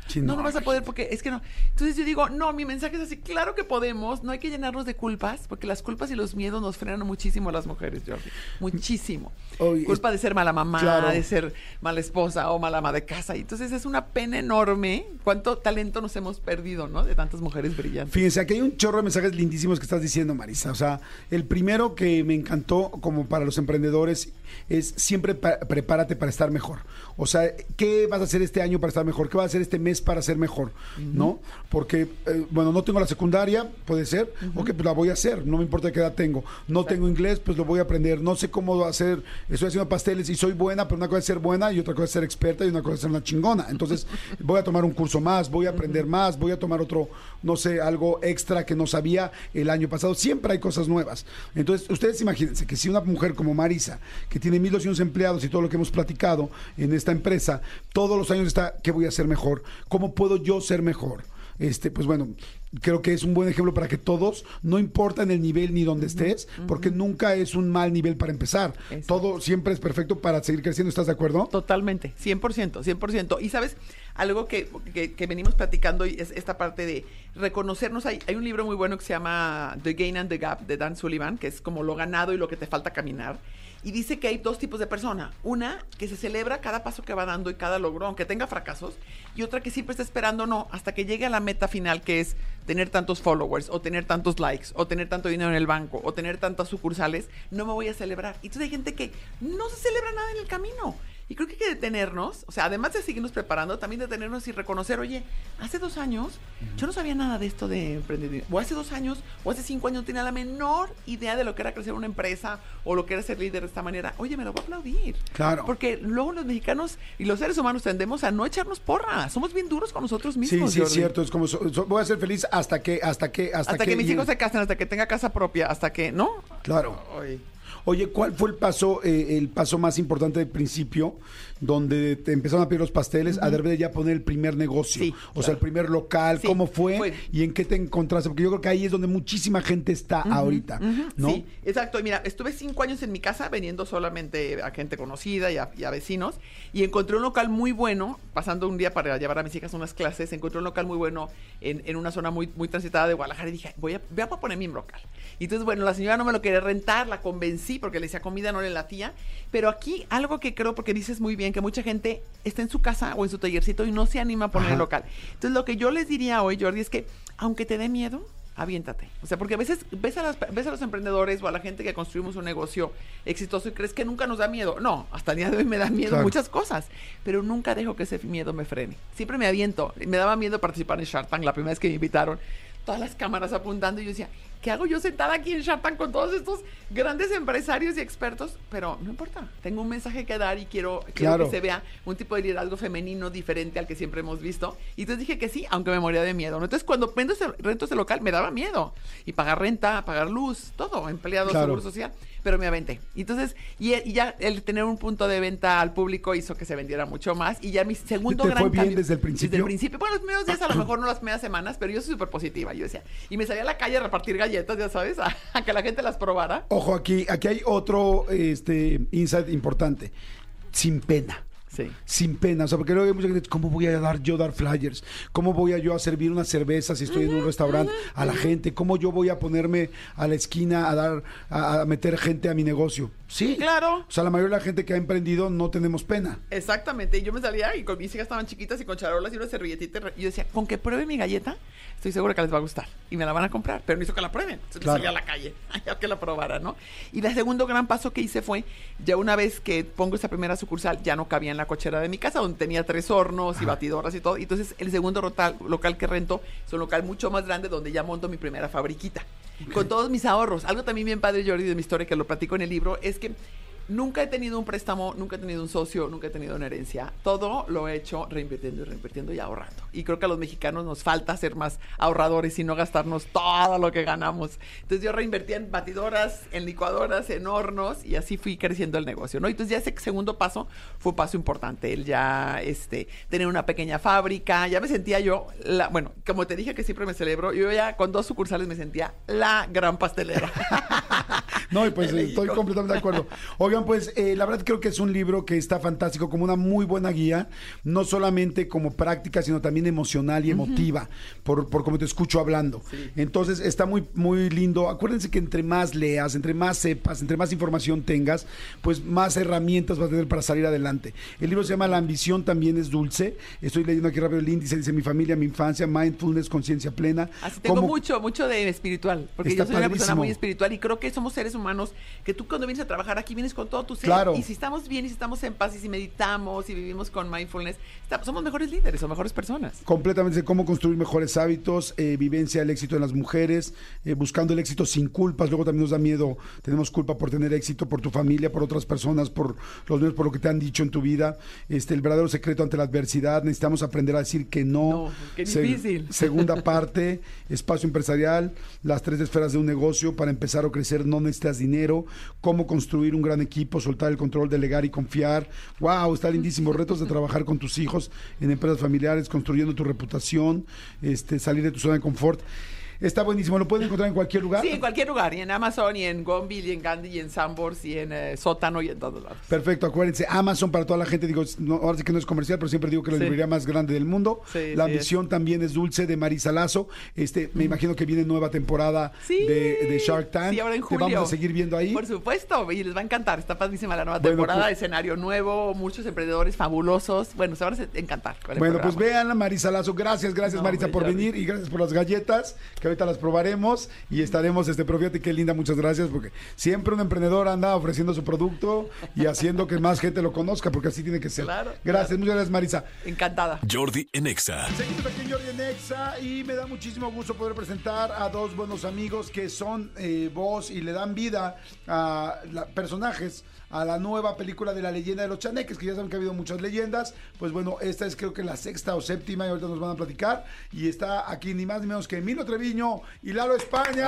Sí, no, no, no vas a poder porque es que no. Entonces yo digo, no, mi mensaje es así, claro que podemos, no hay que llenarnos de culpas, porque las culpas y los miedos nos frenan muchísimo a las mujeres, Jordi. Muchísimo. Oye, Culpa de ser mala mamá, claro. de ser mala esposa o mala ama de casa. Y entonces es una pena enorme cuánto talento nos hemos perdido, ¿no? De tantas mujeres brillantes. Fíjense, aquí hay un chorro de mensajes lindísimos que estás diciendo, Marisa. O sea, el primero que me encantó como para los emprendedores es siempre pa- prepárate para estar mejor. O sea, ¿qué vas a hacer este año para estar mejor? ¿Qué vas a hacer este mes para ser mejor? Uh-huh. ¿No? Porque, eh, bueno, no tengo la secundaria, puede ser. Uh-huh. Ok, pues la voy a hacer, no me importa qué edad tengo. No Exacto. tengo inglés, pues lo voy a aprender. No sé cómo hacer, estoy haciendo pasteles y soy buena, pero una cosa es ser buena y otra cosa es ser experta y una cosa es ser una chingona. Entonces, voy a tomar un curso más, voy a aprender uh-huh. más, voy a tomar otro, no sé, algo extra que no sabía el año pasado. Siempre hay cosas nuevas. Entonces, ustedes imagínense que si una mujer como Marisa, que tiene mil doscientos empleados y todo lo que hemos platicado en esta empresa, todos los años está, ¿qué voy a hacer mejor? ¿Cómo puedo yo ser mejor? Este, pues bueno, creo que es un buen ejemplo para que todos, no importa en el nivel ni donde uh-huh, estés, uh-huh. porque nunca es un mal nivel para empezar. Exacto. Todo siempre es perfecto para seguir creciendo. ¿Estás de acuerdo? Totalmente, cien por ciento, cien por ciento. Y sabes, algo que, que, que venimos platicando es esta parte de reconocernos. Hay, hay un libro muy bueno que se llama The Gain and the Gap de Dan Sullivan, que es como lo ganado y lo que te falta caminar. Y dice que hay dos tipos de persona. Una, que se celebra cada paso que va dando y cada logro, aunque tenga fracasos. Y otra, que siempre está esperando, no, hasta que llegue a la meta final, que es tener tantos followers, o tener tantos likes, o tener tanto dinero en el banco, o tener tantas sucursales, no me voy a celebrar. Y entonces hay gente que no se celebra nada en el camino. Y creo que hay que detenernos, o sea, además de seguirnos preparando, también detenernos y reconocer, oye, hace dos años uh-huh. yo no sabía nada de esto de emprendimiento. O hace dos años, o hace cinco años no tenía la menor idea de lo que era crecer una empresa o lo que era ser líder de esta manera. Oye, me lo voy a aplaudir. Claro. Porque luego los mexicanos y los seres humanos tendemos a no echarnos porra. Somos bien duros con nosotros mismos. Sí, sí, Jordi. es cierto. Es como, so, so, voy a ser feliz hasta que, hasta que, hasta, hasta que, que mis y... hijos se casen, hasta que tenga casa propia, hasta que, ¿no? Claro. Oye. Oye, ¿cuál fue el paso, eh, el paso más importante del principio, donde te empezaron a pedir los pasteles, uh-huh. a de ya poner el primer negocio? Sí, o claro. sea, el primer local, sí, ¿cómo fue, fue? ¿Y en qué te encontraste? Porque yo creo que ahí es donde muchísima gente está uh-huh, ahorita, uh-huh. ¿no? Sí, exacto. Y mira, estuve cinco años en mi casa vendiendo solamente a gente conocida y a, y a vecinos, y encontré un local muy bueno, pasando un día para llevar a mis hijas a unas clases, encontré un local muy bueno en, en una zona muy, muy transitada de Guadalajara, y dije, voy a, voy a poner mi local. Y entonces, bueno, la señora no me lo quería rentar, la convencí porque le decía comida no le latía, pero aquí algo que creo, porque dices muy bien, que mucha gente está en su casa o en su tallercito y no se anima a poner Ajá. el local. Entonces, lo que yo les diría hoy, Jordi, es que aunque te dé miedo, aviéntate. O sea, porque a veces ves a, las, ves a los emprendedores o a la gente que construimos un negocio exitoso y crees que nunca nos da miedo. No, hasta el día de hoy me da miedo claro. muchas cosas, pero nunca dejo que ese miedo me frene. Siempre me aviento. Me daba miedo participar en Shark Tank la primera vez que me invitaron. Todas las cámaras apuntando y yo decía, ¿qué hago yo sentada aquí en Shark Tank con todos estos grandes empresarios y expertos? Pero no importa, tengo un mensaje que dar y quiero, quiero claro. que se vea un tipo de liderazgo femenino diferente al que siempre hemos visto. Y entonces dije que sí, aunque me moría de miedo, ¿no? Entonces cuando vendo ese, rento ese local me daba miedo. Y pagar renta, pagar luz, todo, empleados, claro. seguro social. Pero me aventé. Y entonces, y, y ya el tener un punto de venta al público hizo que se vendiera mucho más. Y ya mi segundo ¿Te gran fue bien cambio, desde el principio? Desde el principio. Bueno, los primeros días a lo mejor no las primeras semanas, pero yo soy súper positiva. Yo decía, y me salía a la calle a repartir galletas, ya sabes, a, a que la gente las probara. Ojo, aquí, aquí hay otro este, insight importante. Sin pena. Sí. Sin pena, o sea, porque luego hay mucha gente, ¿cómo voy a dar yo dar flyers? ¿Cómo voy a yo a servir una cerveza si estoy uh-huh, en un restaurante uh-huh, a la uh-huh. gente? ¿Cómo yo voy a ponerme a la esquina a dar, a, a meter gente a mi negocio? Sí. Claro. O sea, la mayoría de la gente que ha emprendido no tenemos pena. Exactamente. Y yo me salía y con mis hijas estaban chiquitas y con charolas y una servilletita. Y yo decía, con que pruebe mi galleta, estoy segura que les va a gustar. Y me la van a comprar. Pero no hizo que la prueben. Entonces claro. me salía a la calle a que la probara, ¿no? Y el segundo gran paso que hice fue, ya una vez que pongo esa primera sucursal, ya no cabía en la cochera de mi casa, donde tenía tres hornos y batidoras y todo. Y entonces el segundo local, local que rento es un local mucho más grande donde ya monto mi primera fabriquita. Okay. Con todos mis ahorros. Algo también bien padre, Jordi, de mi historia, que lo platico en el libro, es que nunca he tenido un préstamo, nunca he tenido un socio, nunca he tenido una herencia. Todo lo he hecho reinvirtiendo y reinvirtiendo y ahorrando. Y creo que a los mexicanos nos falta ser más ahorradores y no gastarnos todo lo que ganamos. Entonces yo reinvertía en batidoras, en licuadoras, en hornos y así fui creciendo el negocio, ¿no? Entonces ya ese segundo paso fue un paso importante. El ya este, tener una pequeña fábrica, ya me sentía yo, la, bueno, como te dije que siempre me celebro, yo ya con dos sucursales me sentía la gran pastelera. No, y pues de estoy México. completamente de acuerdo. Oigan, pues eh, la verdad creo que es un libro que está fantástico, como una muy buena guía, no solamente como práctica, sino también emocional y emotiva, por, por como te escucho hablando. Entonces está muy, muy lindo. Acuérdense que entre más leas, entre más sepas, entre más información tengas, pues más herramientas vas a tener para salir adelante. El libro se llama La ambición también es dulce. Estoy leyendo aquí rápido el índice, dice mi familia, mi infancia, mindfulness, conciencia plena. Así tengo Cómo- mucho, mucho de espiritual, porque Está yo soy una persona padrísimo. muy espiritual y creo que somos seres humanos que tú cuando vienes a trabajar aquí vienes con todo tu ser. Claro. Y si estamos bien y si estamos en paz y si meditamos y vivimos con mindfulness, estamos- somos mejores líderes o mejores personas. Completamente de cómo construir mejores hábitos, eh, vivencia del éxito en las mujeres, eh, buscando el éxito sin culpas. Luego también nos da miedo, tenemos culpa por tener éxito, por tu familia, por otras personas, por los medios, por lo que te han dicho en tu vida. Este, el verdadero secreto ante la adversidad, necesitamos aprender a decir que no. No, qué difícil. Segunda parte, espacio empresarial, las tres esferas de un negocio. Para empezar o crecer no necesitas dinero. Cómo construir un gran equipo, soltar el control, delegar y confiar. Wow, está lindísimo. Retos de trabajar con tus hijos en empresas familiares, construyendo tu reputación, este, salir de tu zona de confort. Está buenísimo, lo pueden encontrar en cualquier lugar. Sí, en cualquier lugar, y en Amazon, y en Gombil, y en Gandhi, y en Sambors, y en eh, Sótano, y en todos lados. Perfecto, acuérdense, Amazon para toda la gente, digo, no, ahora sí que no es comercial, pero siempre digo que es la Sí. librería más grande del mundo. Sí, la sí ambición también es dulce, de Marisa Lazo. Este, me imagino que viene nueva temporada Sí. de, de Shark Tank. Sí, ahora en Te julio. vamos a seguir viendo ahí. Por supuesto, y les va a encantar. Está padrísima la nueva Bueno, temporada, pues- escenario nuevo, muchos emprendedores fabulosos. Bueno, se van a encantar con el Bueno, pues programa. vean a Marisa Lazo. Gracias, gracias No, Marisa hombre, por Jordi. venir y gracias por las galletas, que ahorita las probaremos y estaremos, este, pero fíjate qué linda, muchas gracias, porque siempre un emprendedor anda ofreciendo su producto y haciendo que más gente lo conozca, porque así tiene que ser. Claro, Gracias, claro. muchas gracias Marisa. Encantada. Jordi en Exa. Seguimos aquí en Jordi en Exa y me da muchísimo gusto poder presentar a dos buenos amigos que son eh, voz y le dan vida a la- personajes a la nueva película de La Leyenda de los Chaneques, que ya saben que ha habido muchas leyendas. Pues bueno, esta es creo que la sexta o séptima y ahorita nos van a platicar. Y está aquí ni más ni menos que Emilio Treviño y Lalo España.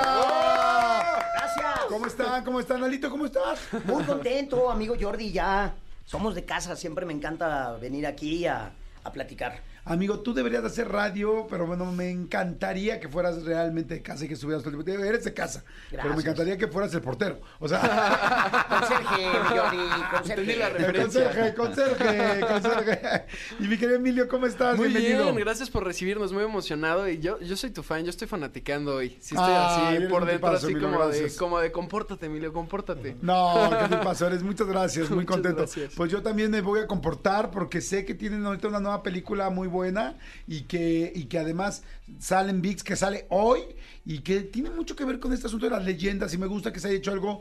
Gracias. ¿Cómo están? ¿Cómo están, Lalito? ¿Cómo estás? Muy contento, amigo Jordi, ya somos de casa, siempre me encanta venir aquí a, a platicar. Amigo, tú deberías de hacer radio, pero bueno, me encantaría que fueras realmente de casa y que estuvieras todo el tiempo. Eres de casa, pero me Gracias. encantaría que fueras el portero. O sea, Conserje, Jordi, Entendí la conserje. el conserje, conserje, conserje. Y mi querido Emilio, ¿cómo estás? Muy Bienvenido. bien, gracias por recibirnos, muy emocionado. Y yo, yo soy tu fan, yo estoy fanaticando hoy. Sí estoy Ay, así eres por un dentro, tipazo, así Emilio, como de, gracias. como de compórtate, Emilio, compórtate. No, ¿qué te pasó? Eres muchas gracias, muy Muchas contento. gracias. Pues yo también me voy a comportar porque sé que tienen ahorita una nueva película muy buena y que, y que además sale en V I X, que sale hoy y que tiene mucho que ver con este asunto de las leyendas y me gusta que se haya hecho algo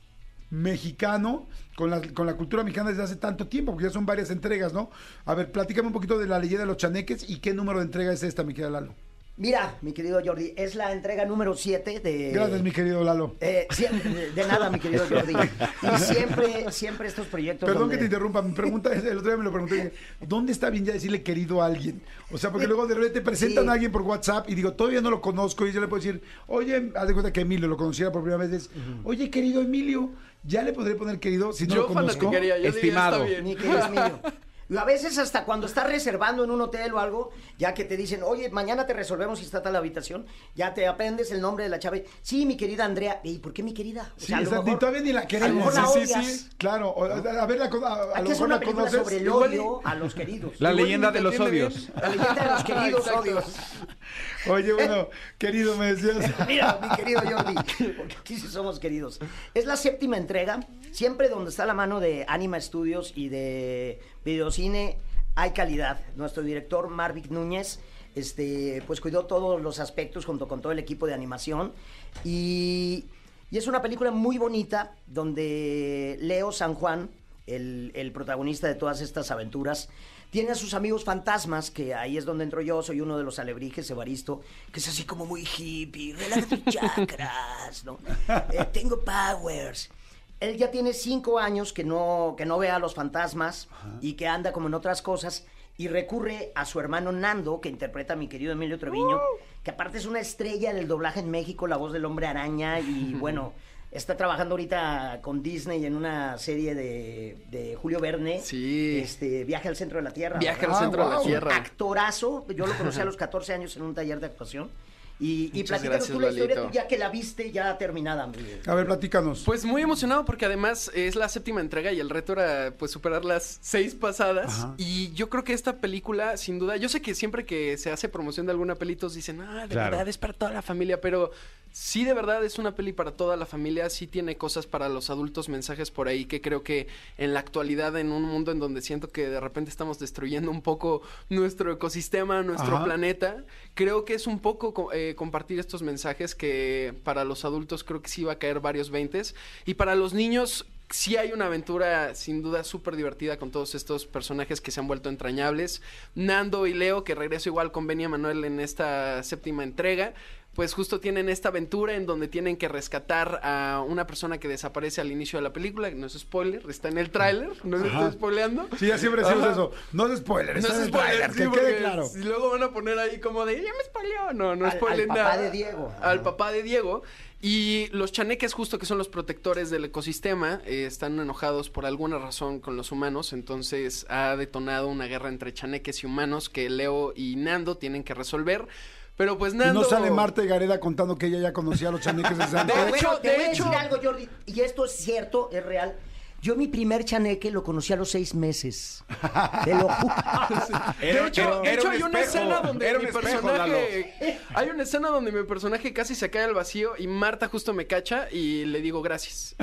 mexicano con la, con la cultura mexicana desde hace tanto tiempo, porque ya son varias entregas, ¿no? A ver, platícame un poquito de La Leyenda de los Chaneques y qué número de entrega es esta, mi querida Lalo. Mira, mi querido Jordi, es la entrega número siete de... Gracias, mi querido Lalo. Eh, sí, de, de nada, mi querido Jordi. Y siempre, siempre estos proyectos Perdón donde- que te interrumpa, mi pregunta es, el otro día me lo pregunté, dije, ¿dónde está bien ya decirle querido a alguien? O sea, porque luego de repente presentan Sí. a alguien por WhatsApp y digo, todavía no lo conozco y yo le puedo decir, oye, haz de cuenta que Emilio lo conociera por primera vez, es, oye, querido Emilio, ya le podré poner querido si no yo lo conozco. fanaticaría, yo Estimado. diría, está Mi bien. querido Emilio. A veces hasta cuando estás reservando en un hotel o algo, ya que te dicen, oye, mañana te resolvemos si está tal la habitación, ya te aprendes el nombre de la chava. Sí, mi querida Andrea. ¿Y por qué mi querida? O Sí, sea, a lo exacto, y mejor- todavía ni la a lo queremos. mejor la Sí, sí, odias. sí. Claro, o- a, a ver, la, co- a, a Hay lo que hacer mejor una la película conoces. sobre el Igual y- odio a los queridos. La Igual leyenda ni te de los atiende odios. bien. La leyenda de los queridos Exacto. odios. Oye, bueno, querido, me decías. Mira, mi querido Jordi, porque aquí sí somos queridos. Es la séptima entrega, siempre donde está la mano de Anima Studios y de Videocine, hay calidad. Nuestro director, Marvic Núñez, este, pues cuidó todos los aspectos junto con todo el equipo de animación. Y, y es una película muy bonita, donde Leo San Juan, el, el protagonista de todas estas aventuras, tiene a sus amigos fantasmas, que ahí es donde entro yo, soy uno de los alebrijes, Evaristo, que es así como muy hippie, relaja tus chakras, ¿no? Eh, tengo powers. Él ya tiene cinco años que no, que no ve a los fantasmas y que anda como en otras cosas y recurre a su hermano Nando, que interpreta a mi querido Emilio Treviño, que aparte es una estrella del doblaje en México, la voz del Hombre Araña y bueno... Está trabajando ahorita con Disney en una serie de, de Julio Verne. Sí. Este, Viaje al centro de la Tierra. Viaje al ¿verdad? centro de la wow. Tierra. Actorazo. Yo lo conocí a los catorce años en un taller de actuación. Y, y Muchas platícanos gracias, tú la historia, Lalito. tú ya que la viste ya terminada. mi- A ver, platícanos. Pues muy emocionado porque además es la séptima entrega y el reto era pues superar las seis pasadas. Ajá. Y yo creo que esta película, sin duda, yo sé que siempre que se hace promoción de alguna peli, todos dicen, ah, de Claro. verdad es para toda la familia, pero sí de verdad es una peli para toda la familia, sí tiene cosas para los adultos, mensajes por ahí que creo que en la actualidad, en un mundo en donde siento que de repente estamos destruyendo un poco nuestro ecosistema, nuestro Ajá. planeta, creo que es un poco co- eh, compartir estos mensajes que para los adultos creo que sí va a caer varios veintes y para los niños sí hay una aventura sin duda súper divertida con todos estos personajes que se han vuelto entrañables. Nando y Leo, que regreso igual con Benny Manuel en esta séptima entrega, pues justo tienen esta aventura en donde tienen que rescatar a una persona que desaparece al inicio de la película, no es spoiler, está en el tráiler, no le Ajá. estoy spoileando. Sí, ya siempre decimos Ajá. eso. No es spoiler, No está es en el spoiler, tráiler, sí, que porque quede claro. si luego van a poner ahí como de, ya me spoileó. No, no Al- al spoilen papá nada. de Diego. Al Ajá. papá de Diego. Y los chaneques, justo que son los protectores del ecosistema, eh, están enojados por alguna razón con los humanos. Entonces ha detonado una guerra entre chaneques y humanos que Leo y Nando tienen que resolver. Pero pues Y Nando... no sale Marta y Gareda contando que ella ya conocía a los chaneques desde De antes. Pero hecho, bueno, te de voy a hecho- decir algo, Jordi, y esto es cierto, es real. Yo mi primer chaneque lo conocí a los seis meses. Te lo juro. De hecho, de era hecho un hay una espejo, escena donde era mi un espejo, personaje... Hay una escena donde mi personaje casi se cae al vacío y Marta justo me cacha y le digo gracias. Y-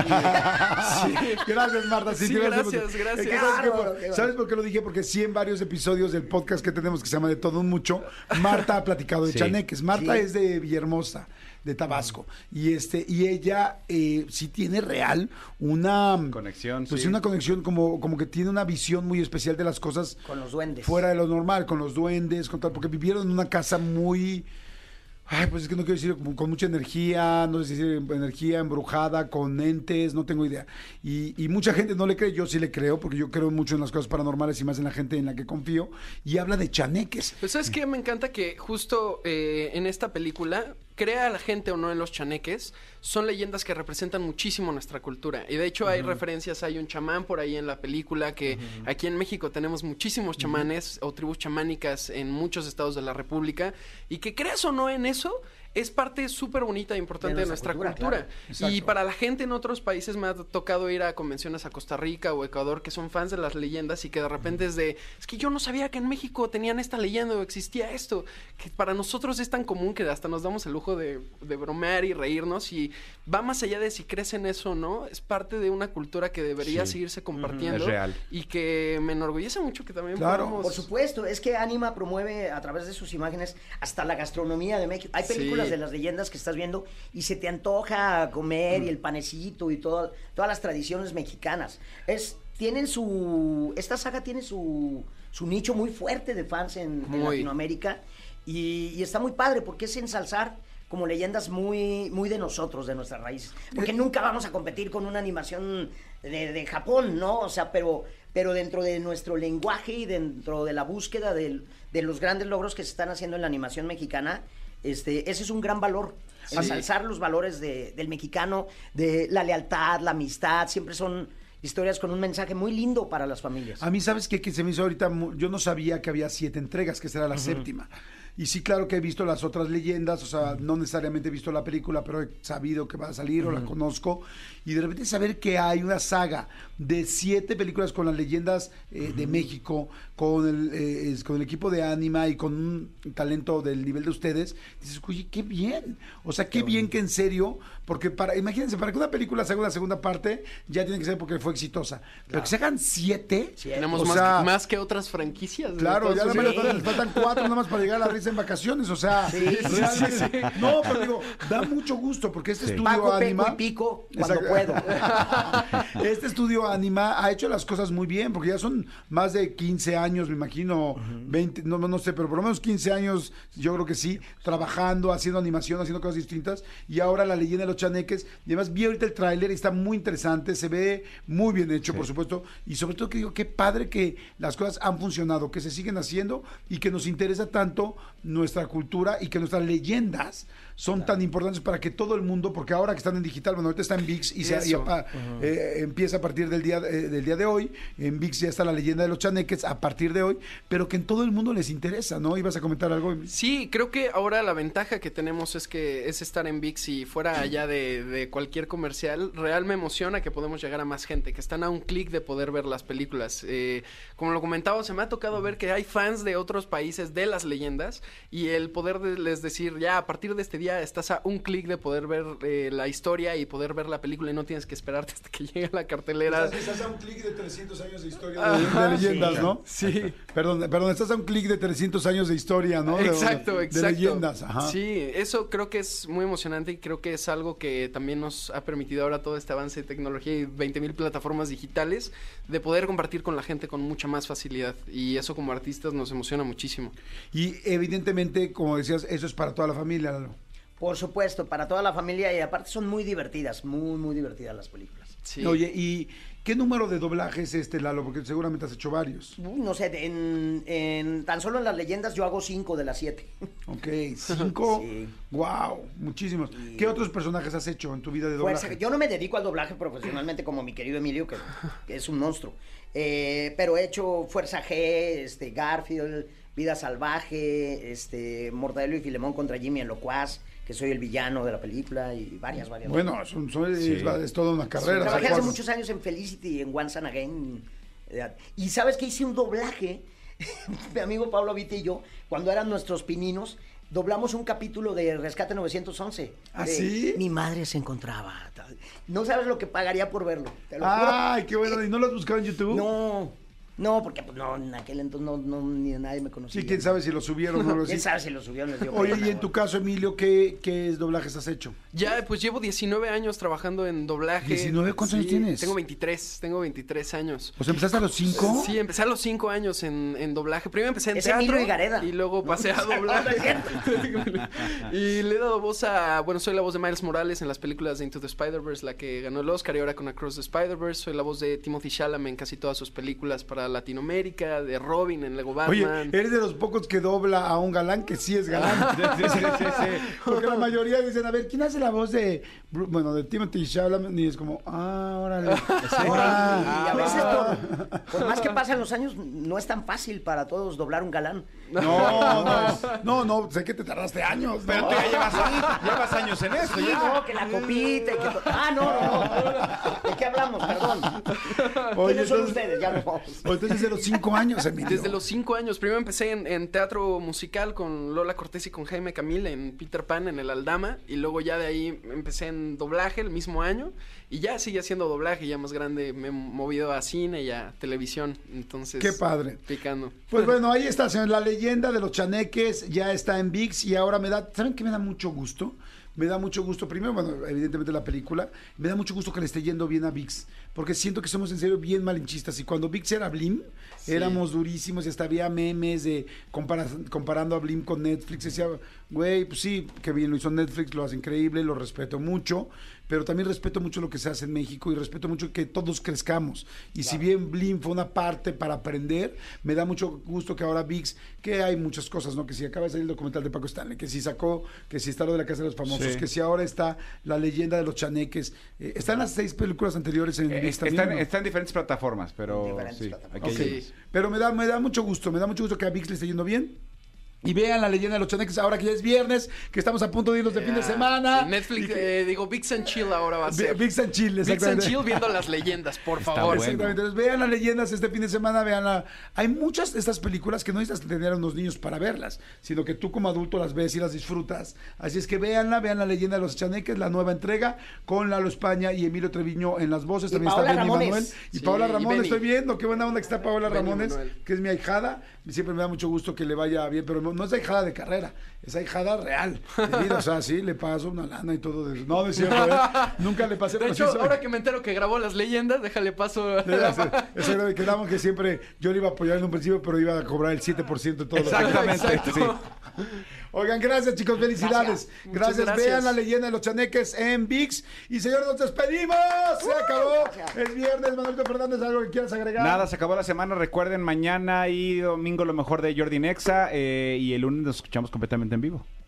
sí. Gracias, Marta. Sí, te iba a decir, gracias, porque- gracias. es que ¿sabes, qué? Bárbaro, qué ¿Sabes por qué lo dije? Porque sí, en varios episodios del podcast que tenemos que se llama De Todo Un Mucho, Marta ha platicado de Sí. chaneques. Marta Sí. es de Villahermosa, de Tabasco. Y este y ella eh, sí tiene real una Conexión, pues sí. una conexión como, como que tiene una visión muy especial de las cosas Con los duendes. fuera de lo normal, con los duendes, con tal, porque vivieron en una casa muy... Ay, pues es que no quiero decir como con mucha energía, no sé si decir energía embrujada, con entes, no tengo idea. Y, y mucha gente no le cree, yo sí le creo, porque yo creo mucho en las cosas paranormales y más en la gente en la que confío. Y habla de chaneques. Pues sabes que me encanta que justo eh, en esta película, crea la gente o no en los chaneques, son leyendas que representan muchísimo nuestra cultura. Y de hecho hay referencias, hay un chamán por ahí en la película, que aquí en México tenemos muchísimos chamanes o tribus chamánicas en muchos estados de la República, y que creas o no en eso, es parte súper bonita e importante de De nuestra, nuestra cultura. cultura, claro. Y Exacto. para la gente en otros países me ha tocado ir a convenciones a Costa Rica o Ecuador que son fans de las leyendas y que de repente es de, es que yo no sabía que en México tenían esta leyenda o existía esto, que para nosotros es tan común que hasta nos damos el lujo de, de bromear y reírnos, y va más allá de si crees en eso o no, es parte de una cultura que debería Sí. seguirse compartiendo. Es real. Y que me enorgullece mucho que también Claro. podamos... Por supuesto, es que Anima promueve a través de sus imágenes hasta la gastronomía de México. Hay películas Sí. de las leyendas que estás viendo y se te antoja comer Mm. y el panecito y todo, todas las tradiciones mexicanas. Es, tienen su, esta saga tiene su, su nicho muy fuerte de fans en, en Muy. Latinoamérica y, y está muy padre porque es ensalzar como leyendas muy, muy de nosotros, de nuestras raíces. Porque nunca vamos a competir con una animación de, de Japón, ¿no? O sea, pero, pero dentro de nuestro lenguaje y dentro de la búsqueda del- de los grandes logros que se están haciendo en la animación mexicana, este, ese es un gran valor. Sí. Ensalzar los valores de- del mexicano, de la lealtad, la amistad, siempre son historias con un mensaje muy lindo para las familias. A mí, ¿sabes qué? Que se me hizo ahorita, mu- yo no sabía que había siete entregas, que esta era la séptima. Y sí, claro que he visto las otras leyendas, o sea, no necesariamente he visto la película, pero he sabido que va a salir o la conozco. Y de repente saber que hay una saga de siete películas con las leyendas eh, de México, con el, eh, es- con el equipo de Anima y con un talento del nivel de ustedes, dices, oye, qué bien. O sea, qué, bien que en serio, porque para, imagínense, para que una película se haga una segunda parte, ya tiene que ser porque fue exitosa. Pero que se hagan siete, Tenemos o más, sea, más que otras franquicias. de claro, ya Estados nada más Unidos. les faltan cuatro nada más para llegar a la risa en vacaciones, o sea, Sí, realmente- no, pero digo, da mucho gusto porque este Sí. estudio Pago, peco Anima, y pico cuando Exacto. puedo. este estudio Anima ha hecho las cosas muy bien porque ya son más de quince años, me imagino, veinte, no, no sé, pero por lo menos quince años, yo creo que sí, trabajando, haciendo animación, haciendo cosas distintas, y ahora la leyenda de los chaneques, y además vi ahorita el tráiler y está muy interesante, se ve muy bien hecho, por supuesto, y sobre todo que digo, qué padre que las cosas han funcionado, que se siguen haciendo y que nos interesa tanto nuestra cultura y que nuestras leyendas son claro. tan importantes para que todo el mundo, porque ahora que están en digital, bueno, ahorita está en ViX y, se, y uh-huh. eh, empieza a partir del día, eh, del día de hoy, en ViX ya está La Leyenda de los Chaneques a partir de hoy, pero que en todo el mundo les interesa, ¿no? ¿Ibas a comentar algo? Sí, creo que ahora la ventaja que tenemos es que es estar en ViX y fuera allá de, de cualquier comercial, real me emociona que podemos llegar a más gente, que están a un clic de poder ver las películas. Eh, como lo comentaba, se me ha tocado ver que hay fans de otros países de las leyendas y el poder de, les decir, ya a partir de este día estás a un clic de poder ver eh, la historia y poder ver la película y no tienes que esperarte hasta que llegue a la cartelera. Estás, estás a un clic de trescientos años de historia de, de leyendas, sí, ¿no? Sí. Perdón, perdón, estás a un clic de trescientos años de historia, ¿no? De, Exacto, de, exacto. De leyendas, ajá. Sí, eso creo que es muy emocionante y creo que es algo que también nos ha permitido ahora todo este avance de tecnología y veinte mil plataformas digitales de poder compartir con la gente con mucha más facilidad y eso como artistas nos emociona muchísimo. Y evidentemente, como decías, eso es para toda la familia, Lalo. Por supuesto, para toda la familia y aparte son muy divertidas, muy, muy divertidas las películas. Sí. Oye, ¿y qué número de doblaje es este, Lalo? Porque seguramente has hecho varios. No sé, en, en tan solo en las leyendas yo hago cinco de las siete. Ok, cinco. Sí. Wow, muchísimos. Sí. ¿Qué otros personajes has hecho en tu vida de doblaje? Pues, yo no me dedico al doblaje profesionalmente como mi querido Emilio, que, que es un monstruo. Eh, pero he hecho Fuerza G, este, Garfield, Vida Salvaje, este, Mortadelo y Filemón contra Jimmy el Locuaz, que soy el villano de la película y varias, varias. Bueno, son, son, sí. es, es toda una carrera. Sí, trabajé hace cuatro. muchos años en Felicity, en Once and Again. Y ¿sabes qué? Hice un doblaje, mi amigo Pablo Vite y yo, cuando eran nuestros pininos, doblamos un capítulo de Rescate novecientos once. ¿Ah, de, sí? Mi madre se encontraba. No sabes lo que pagaría por verlo, te lo Ay, juro. qué bueno. ¿Y no lo has buscado en YouTube? No. No, porque pues, no, en aquel entonces no, no, ni nadie me conocía. Sí, quién sabe si lo subieron o no lo ¿Quién sabe si lo subieron? Les dio Oye, pena, y en tu caso, Emilio, ¿qué, qué doblajes has hecho? Ya, pues llevo diecinueve años trabajando en doblaje. ¿diecinueve? ¿Cuántos sí, años tienes? Tengo veintitrés, tengo veintitrés años. ¿Pues empezaste a los cinco? Sí, empecé a los cinco años en, en doblaje. Primero empecé en Es teatro. Emilio Higareda. Y luego pasé a doblaje. Y le he dado voz a... Bueno, soy la voz de Miles Morales en las películas de Into the Spider-Verse, la que ganó el Oscar, y ahora con Across the Spider-Verse. Soy la voz de Timothy Chalamet en casi todas sus películas para Latinoamérica, de Robin en Lego Oye, Batman. eres de los pocos que dobla a un galán que sí es galán. sí, sí, sí, sí. Porque la mayoría dicen, a ver, ¿quién hace la voz de, bueno, de Timothy Chalamet? Y es como, ah, órale. Sí. Ah, y a veces, por, por más que pasen los años, no es tan fácil para todos doblar un galán. No, no, no, no, sé que te tardaste años. Pero ¿no? tú ya llevas, llevas años en eso. Sí, ya. no, que la copita y que... to- Ah, no, no, no. ¿De qué hablamos? Perdón. Oye, ¿Quiénes son entonces- ustedes? Ya nos vamos. Entonces desde los cinco años, Emilio. Desde los cinco años. Primero empecé en, en teatro musical con Lola Cortés y con Jaime Camil en Peter Pan, en el Aldama. Y luego ya de ahí empecé en doblaje el mismo año. Y ya sigue haciendo doblaje, ya más grande me he movido a cine y a televisión. Entonces... Qué padre. Picando. Pues bueno, ahí está, señor. La leyenda de los chaneques ya está en ViX y ahora me da, ¿saben qué me da mucho gusto? Me da mucho gusto, primero, bueno, evidentemente la película, me da mucho gusto que le esté yendo bien a ViX, porque siento que somos en serio bien malinchistas, y cuando ViX era Blim, sí. éramos durísimos, y hasta había memes de compara comparando a Blim con Netflix, decía, güey, pues sí, que bien lo hizo Netflix, lo hace increíble, lo respeto mucho, pero también respeto mucho lo que se hace en México y respeto mucho que todos crezcamos. Y claro. si bien Blim fue una parte para aprender, me da mucho gusto que ahora ViX, que hay muchas cosas, ¿no? Que si acaba de salir el documental de Paco Stanley, que si sacó, que si está lo de la Casa de los Famosos, sí. que si ahora está La Leyenda de los Chaneques. Eh, están las seis películas anteriores en eh, ViX también, están, ¿no? Están en diferentes plataformas, pero diferentes sí, plataformas. hay que okay. ir. Pero me da, me da mucho gusto, me da mucho gusto que a ViX le esté yendo bien. Y vean La Leyenda de los Chaneques ahora que ya es viernes, que estamos a punto de irnos de yeah. fin de semana. Sí, Netflix, que, eh, digo, ViX and Chill ahora va a ser. ViX and Chill, ViX and Chill viendo las leyendas, por Está favor. bueno. Exactamente. Entonces, vean las leyendas este fin de semana, vean la... Hay muchas de estas películas que no necesitas tener a unos niños para verlas, sino que tú como adulto las ves y las disfrutas. Así es que véanla, vean La Leyenda de los Chaneques, la nueva entrega, con Lalo España y Emilio Treviño en las voces. Y También Paola está Benny Ramones. Manuel. Y Sí, Paola y Ramones, Benny. estoy viendo, qué buena onda que está Paola Benny Ramones, Manuel. que es mi ahijada. Siempre me da mucho gusto que le vaya bien, pero no es ahijada de carrera, es ahijada real. De vida, o sea, sí, le paso una lana y todo. De... No, no es cierto, ¿eh? Nunca le pasé. De hecho, sí soy... ahora que me entero que grabó las leyendas, déjale paso. Eso era de que quedamos que siempre yo le iba a apoyar en un principio, pero iba a cobrar el siete por ciento de todo. Exactamente, Exacto. sí. Oigan, gracias, chicos, felicidades. Gracias. Gracias. gracias. Vean La Leyenda de los Chaneques en ViX. Y señores, nos despedimos. Se acabó. Es viernes, Manuelito Fernández, ¿algo que quieras agregar? Nada, se acabó la semana. Recuerden, mañana y domingo lo mejor de Jordi Nexa. Eh, y el lunes nos escuchamos completamente en vivo.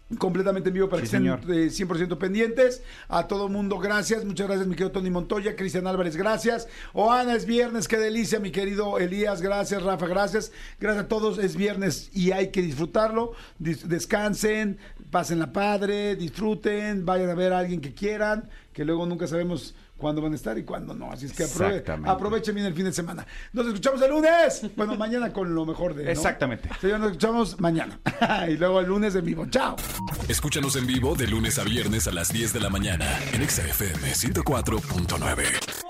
completamente en vivo para Sí, que estén señor. eh, cien por ciento pendientes. A todo mundo, gracias. Muchas gracias, mi querido Tony Montoya. Cristian Álvarez, gracias. Oana, es viernes, qué delicia, mi querido Elías, gracias. Rafa, gracias. Gracias a todos, es viernes y hay que disfrutarlo. Dis- descansen, pásenla padre, disfruten, vayan a ver a alguien que quieran, que luego nunca sabemos cuándo van a estar y cuándo no. Así es que aprove- Exactamente. aprovechen bien el fin de semana. Nos escuchamos el lunes. Bueno, mañana con lo mejor de... ¿no? Exactamente. Señor, nos escuchamos mañana. Y luego el lunes en vivo. Chao. Escúchanos en vivo de lunes a viernes a las diez de la mañana en Exa F M ciento cuatro punto nueve.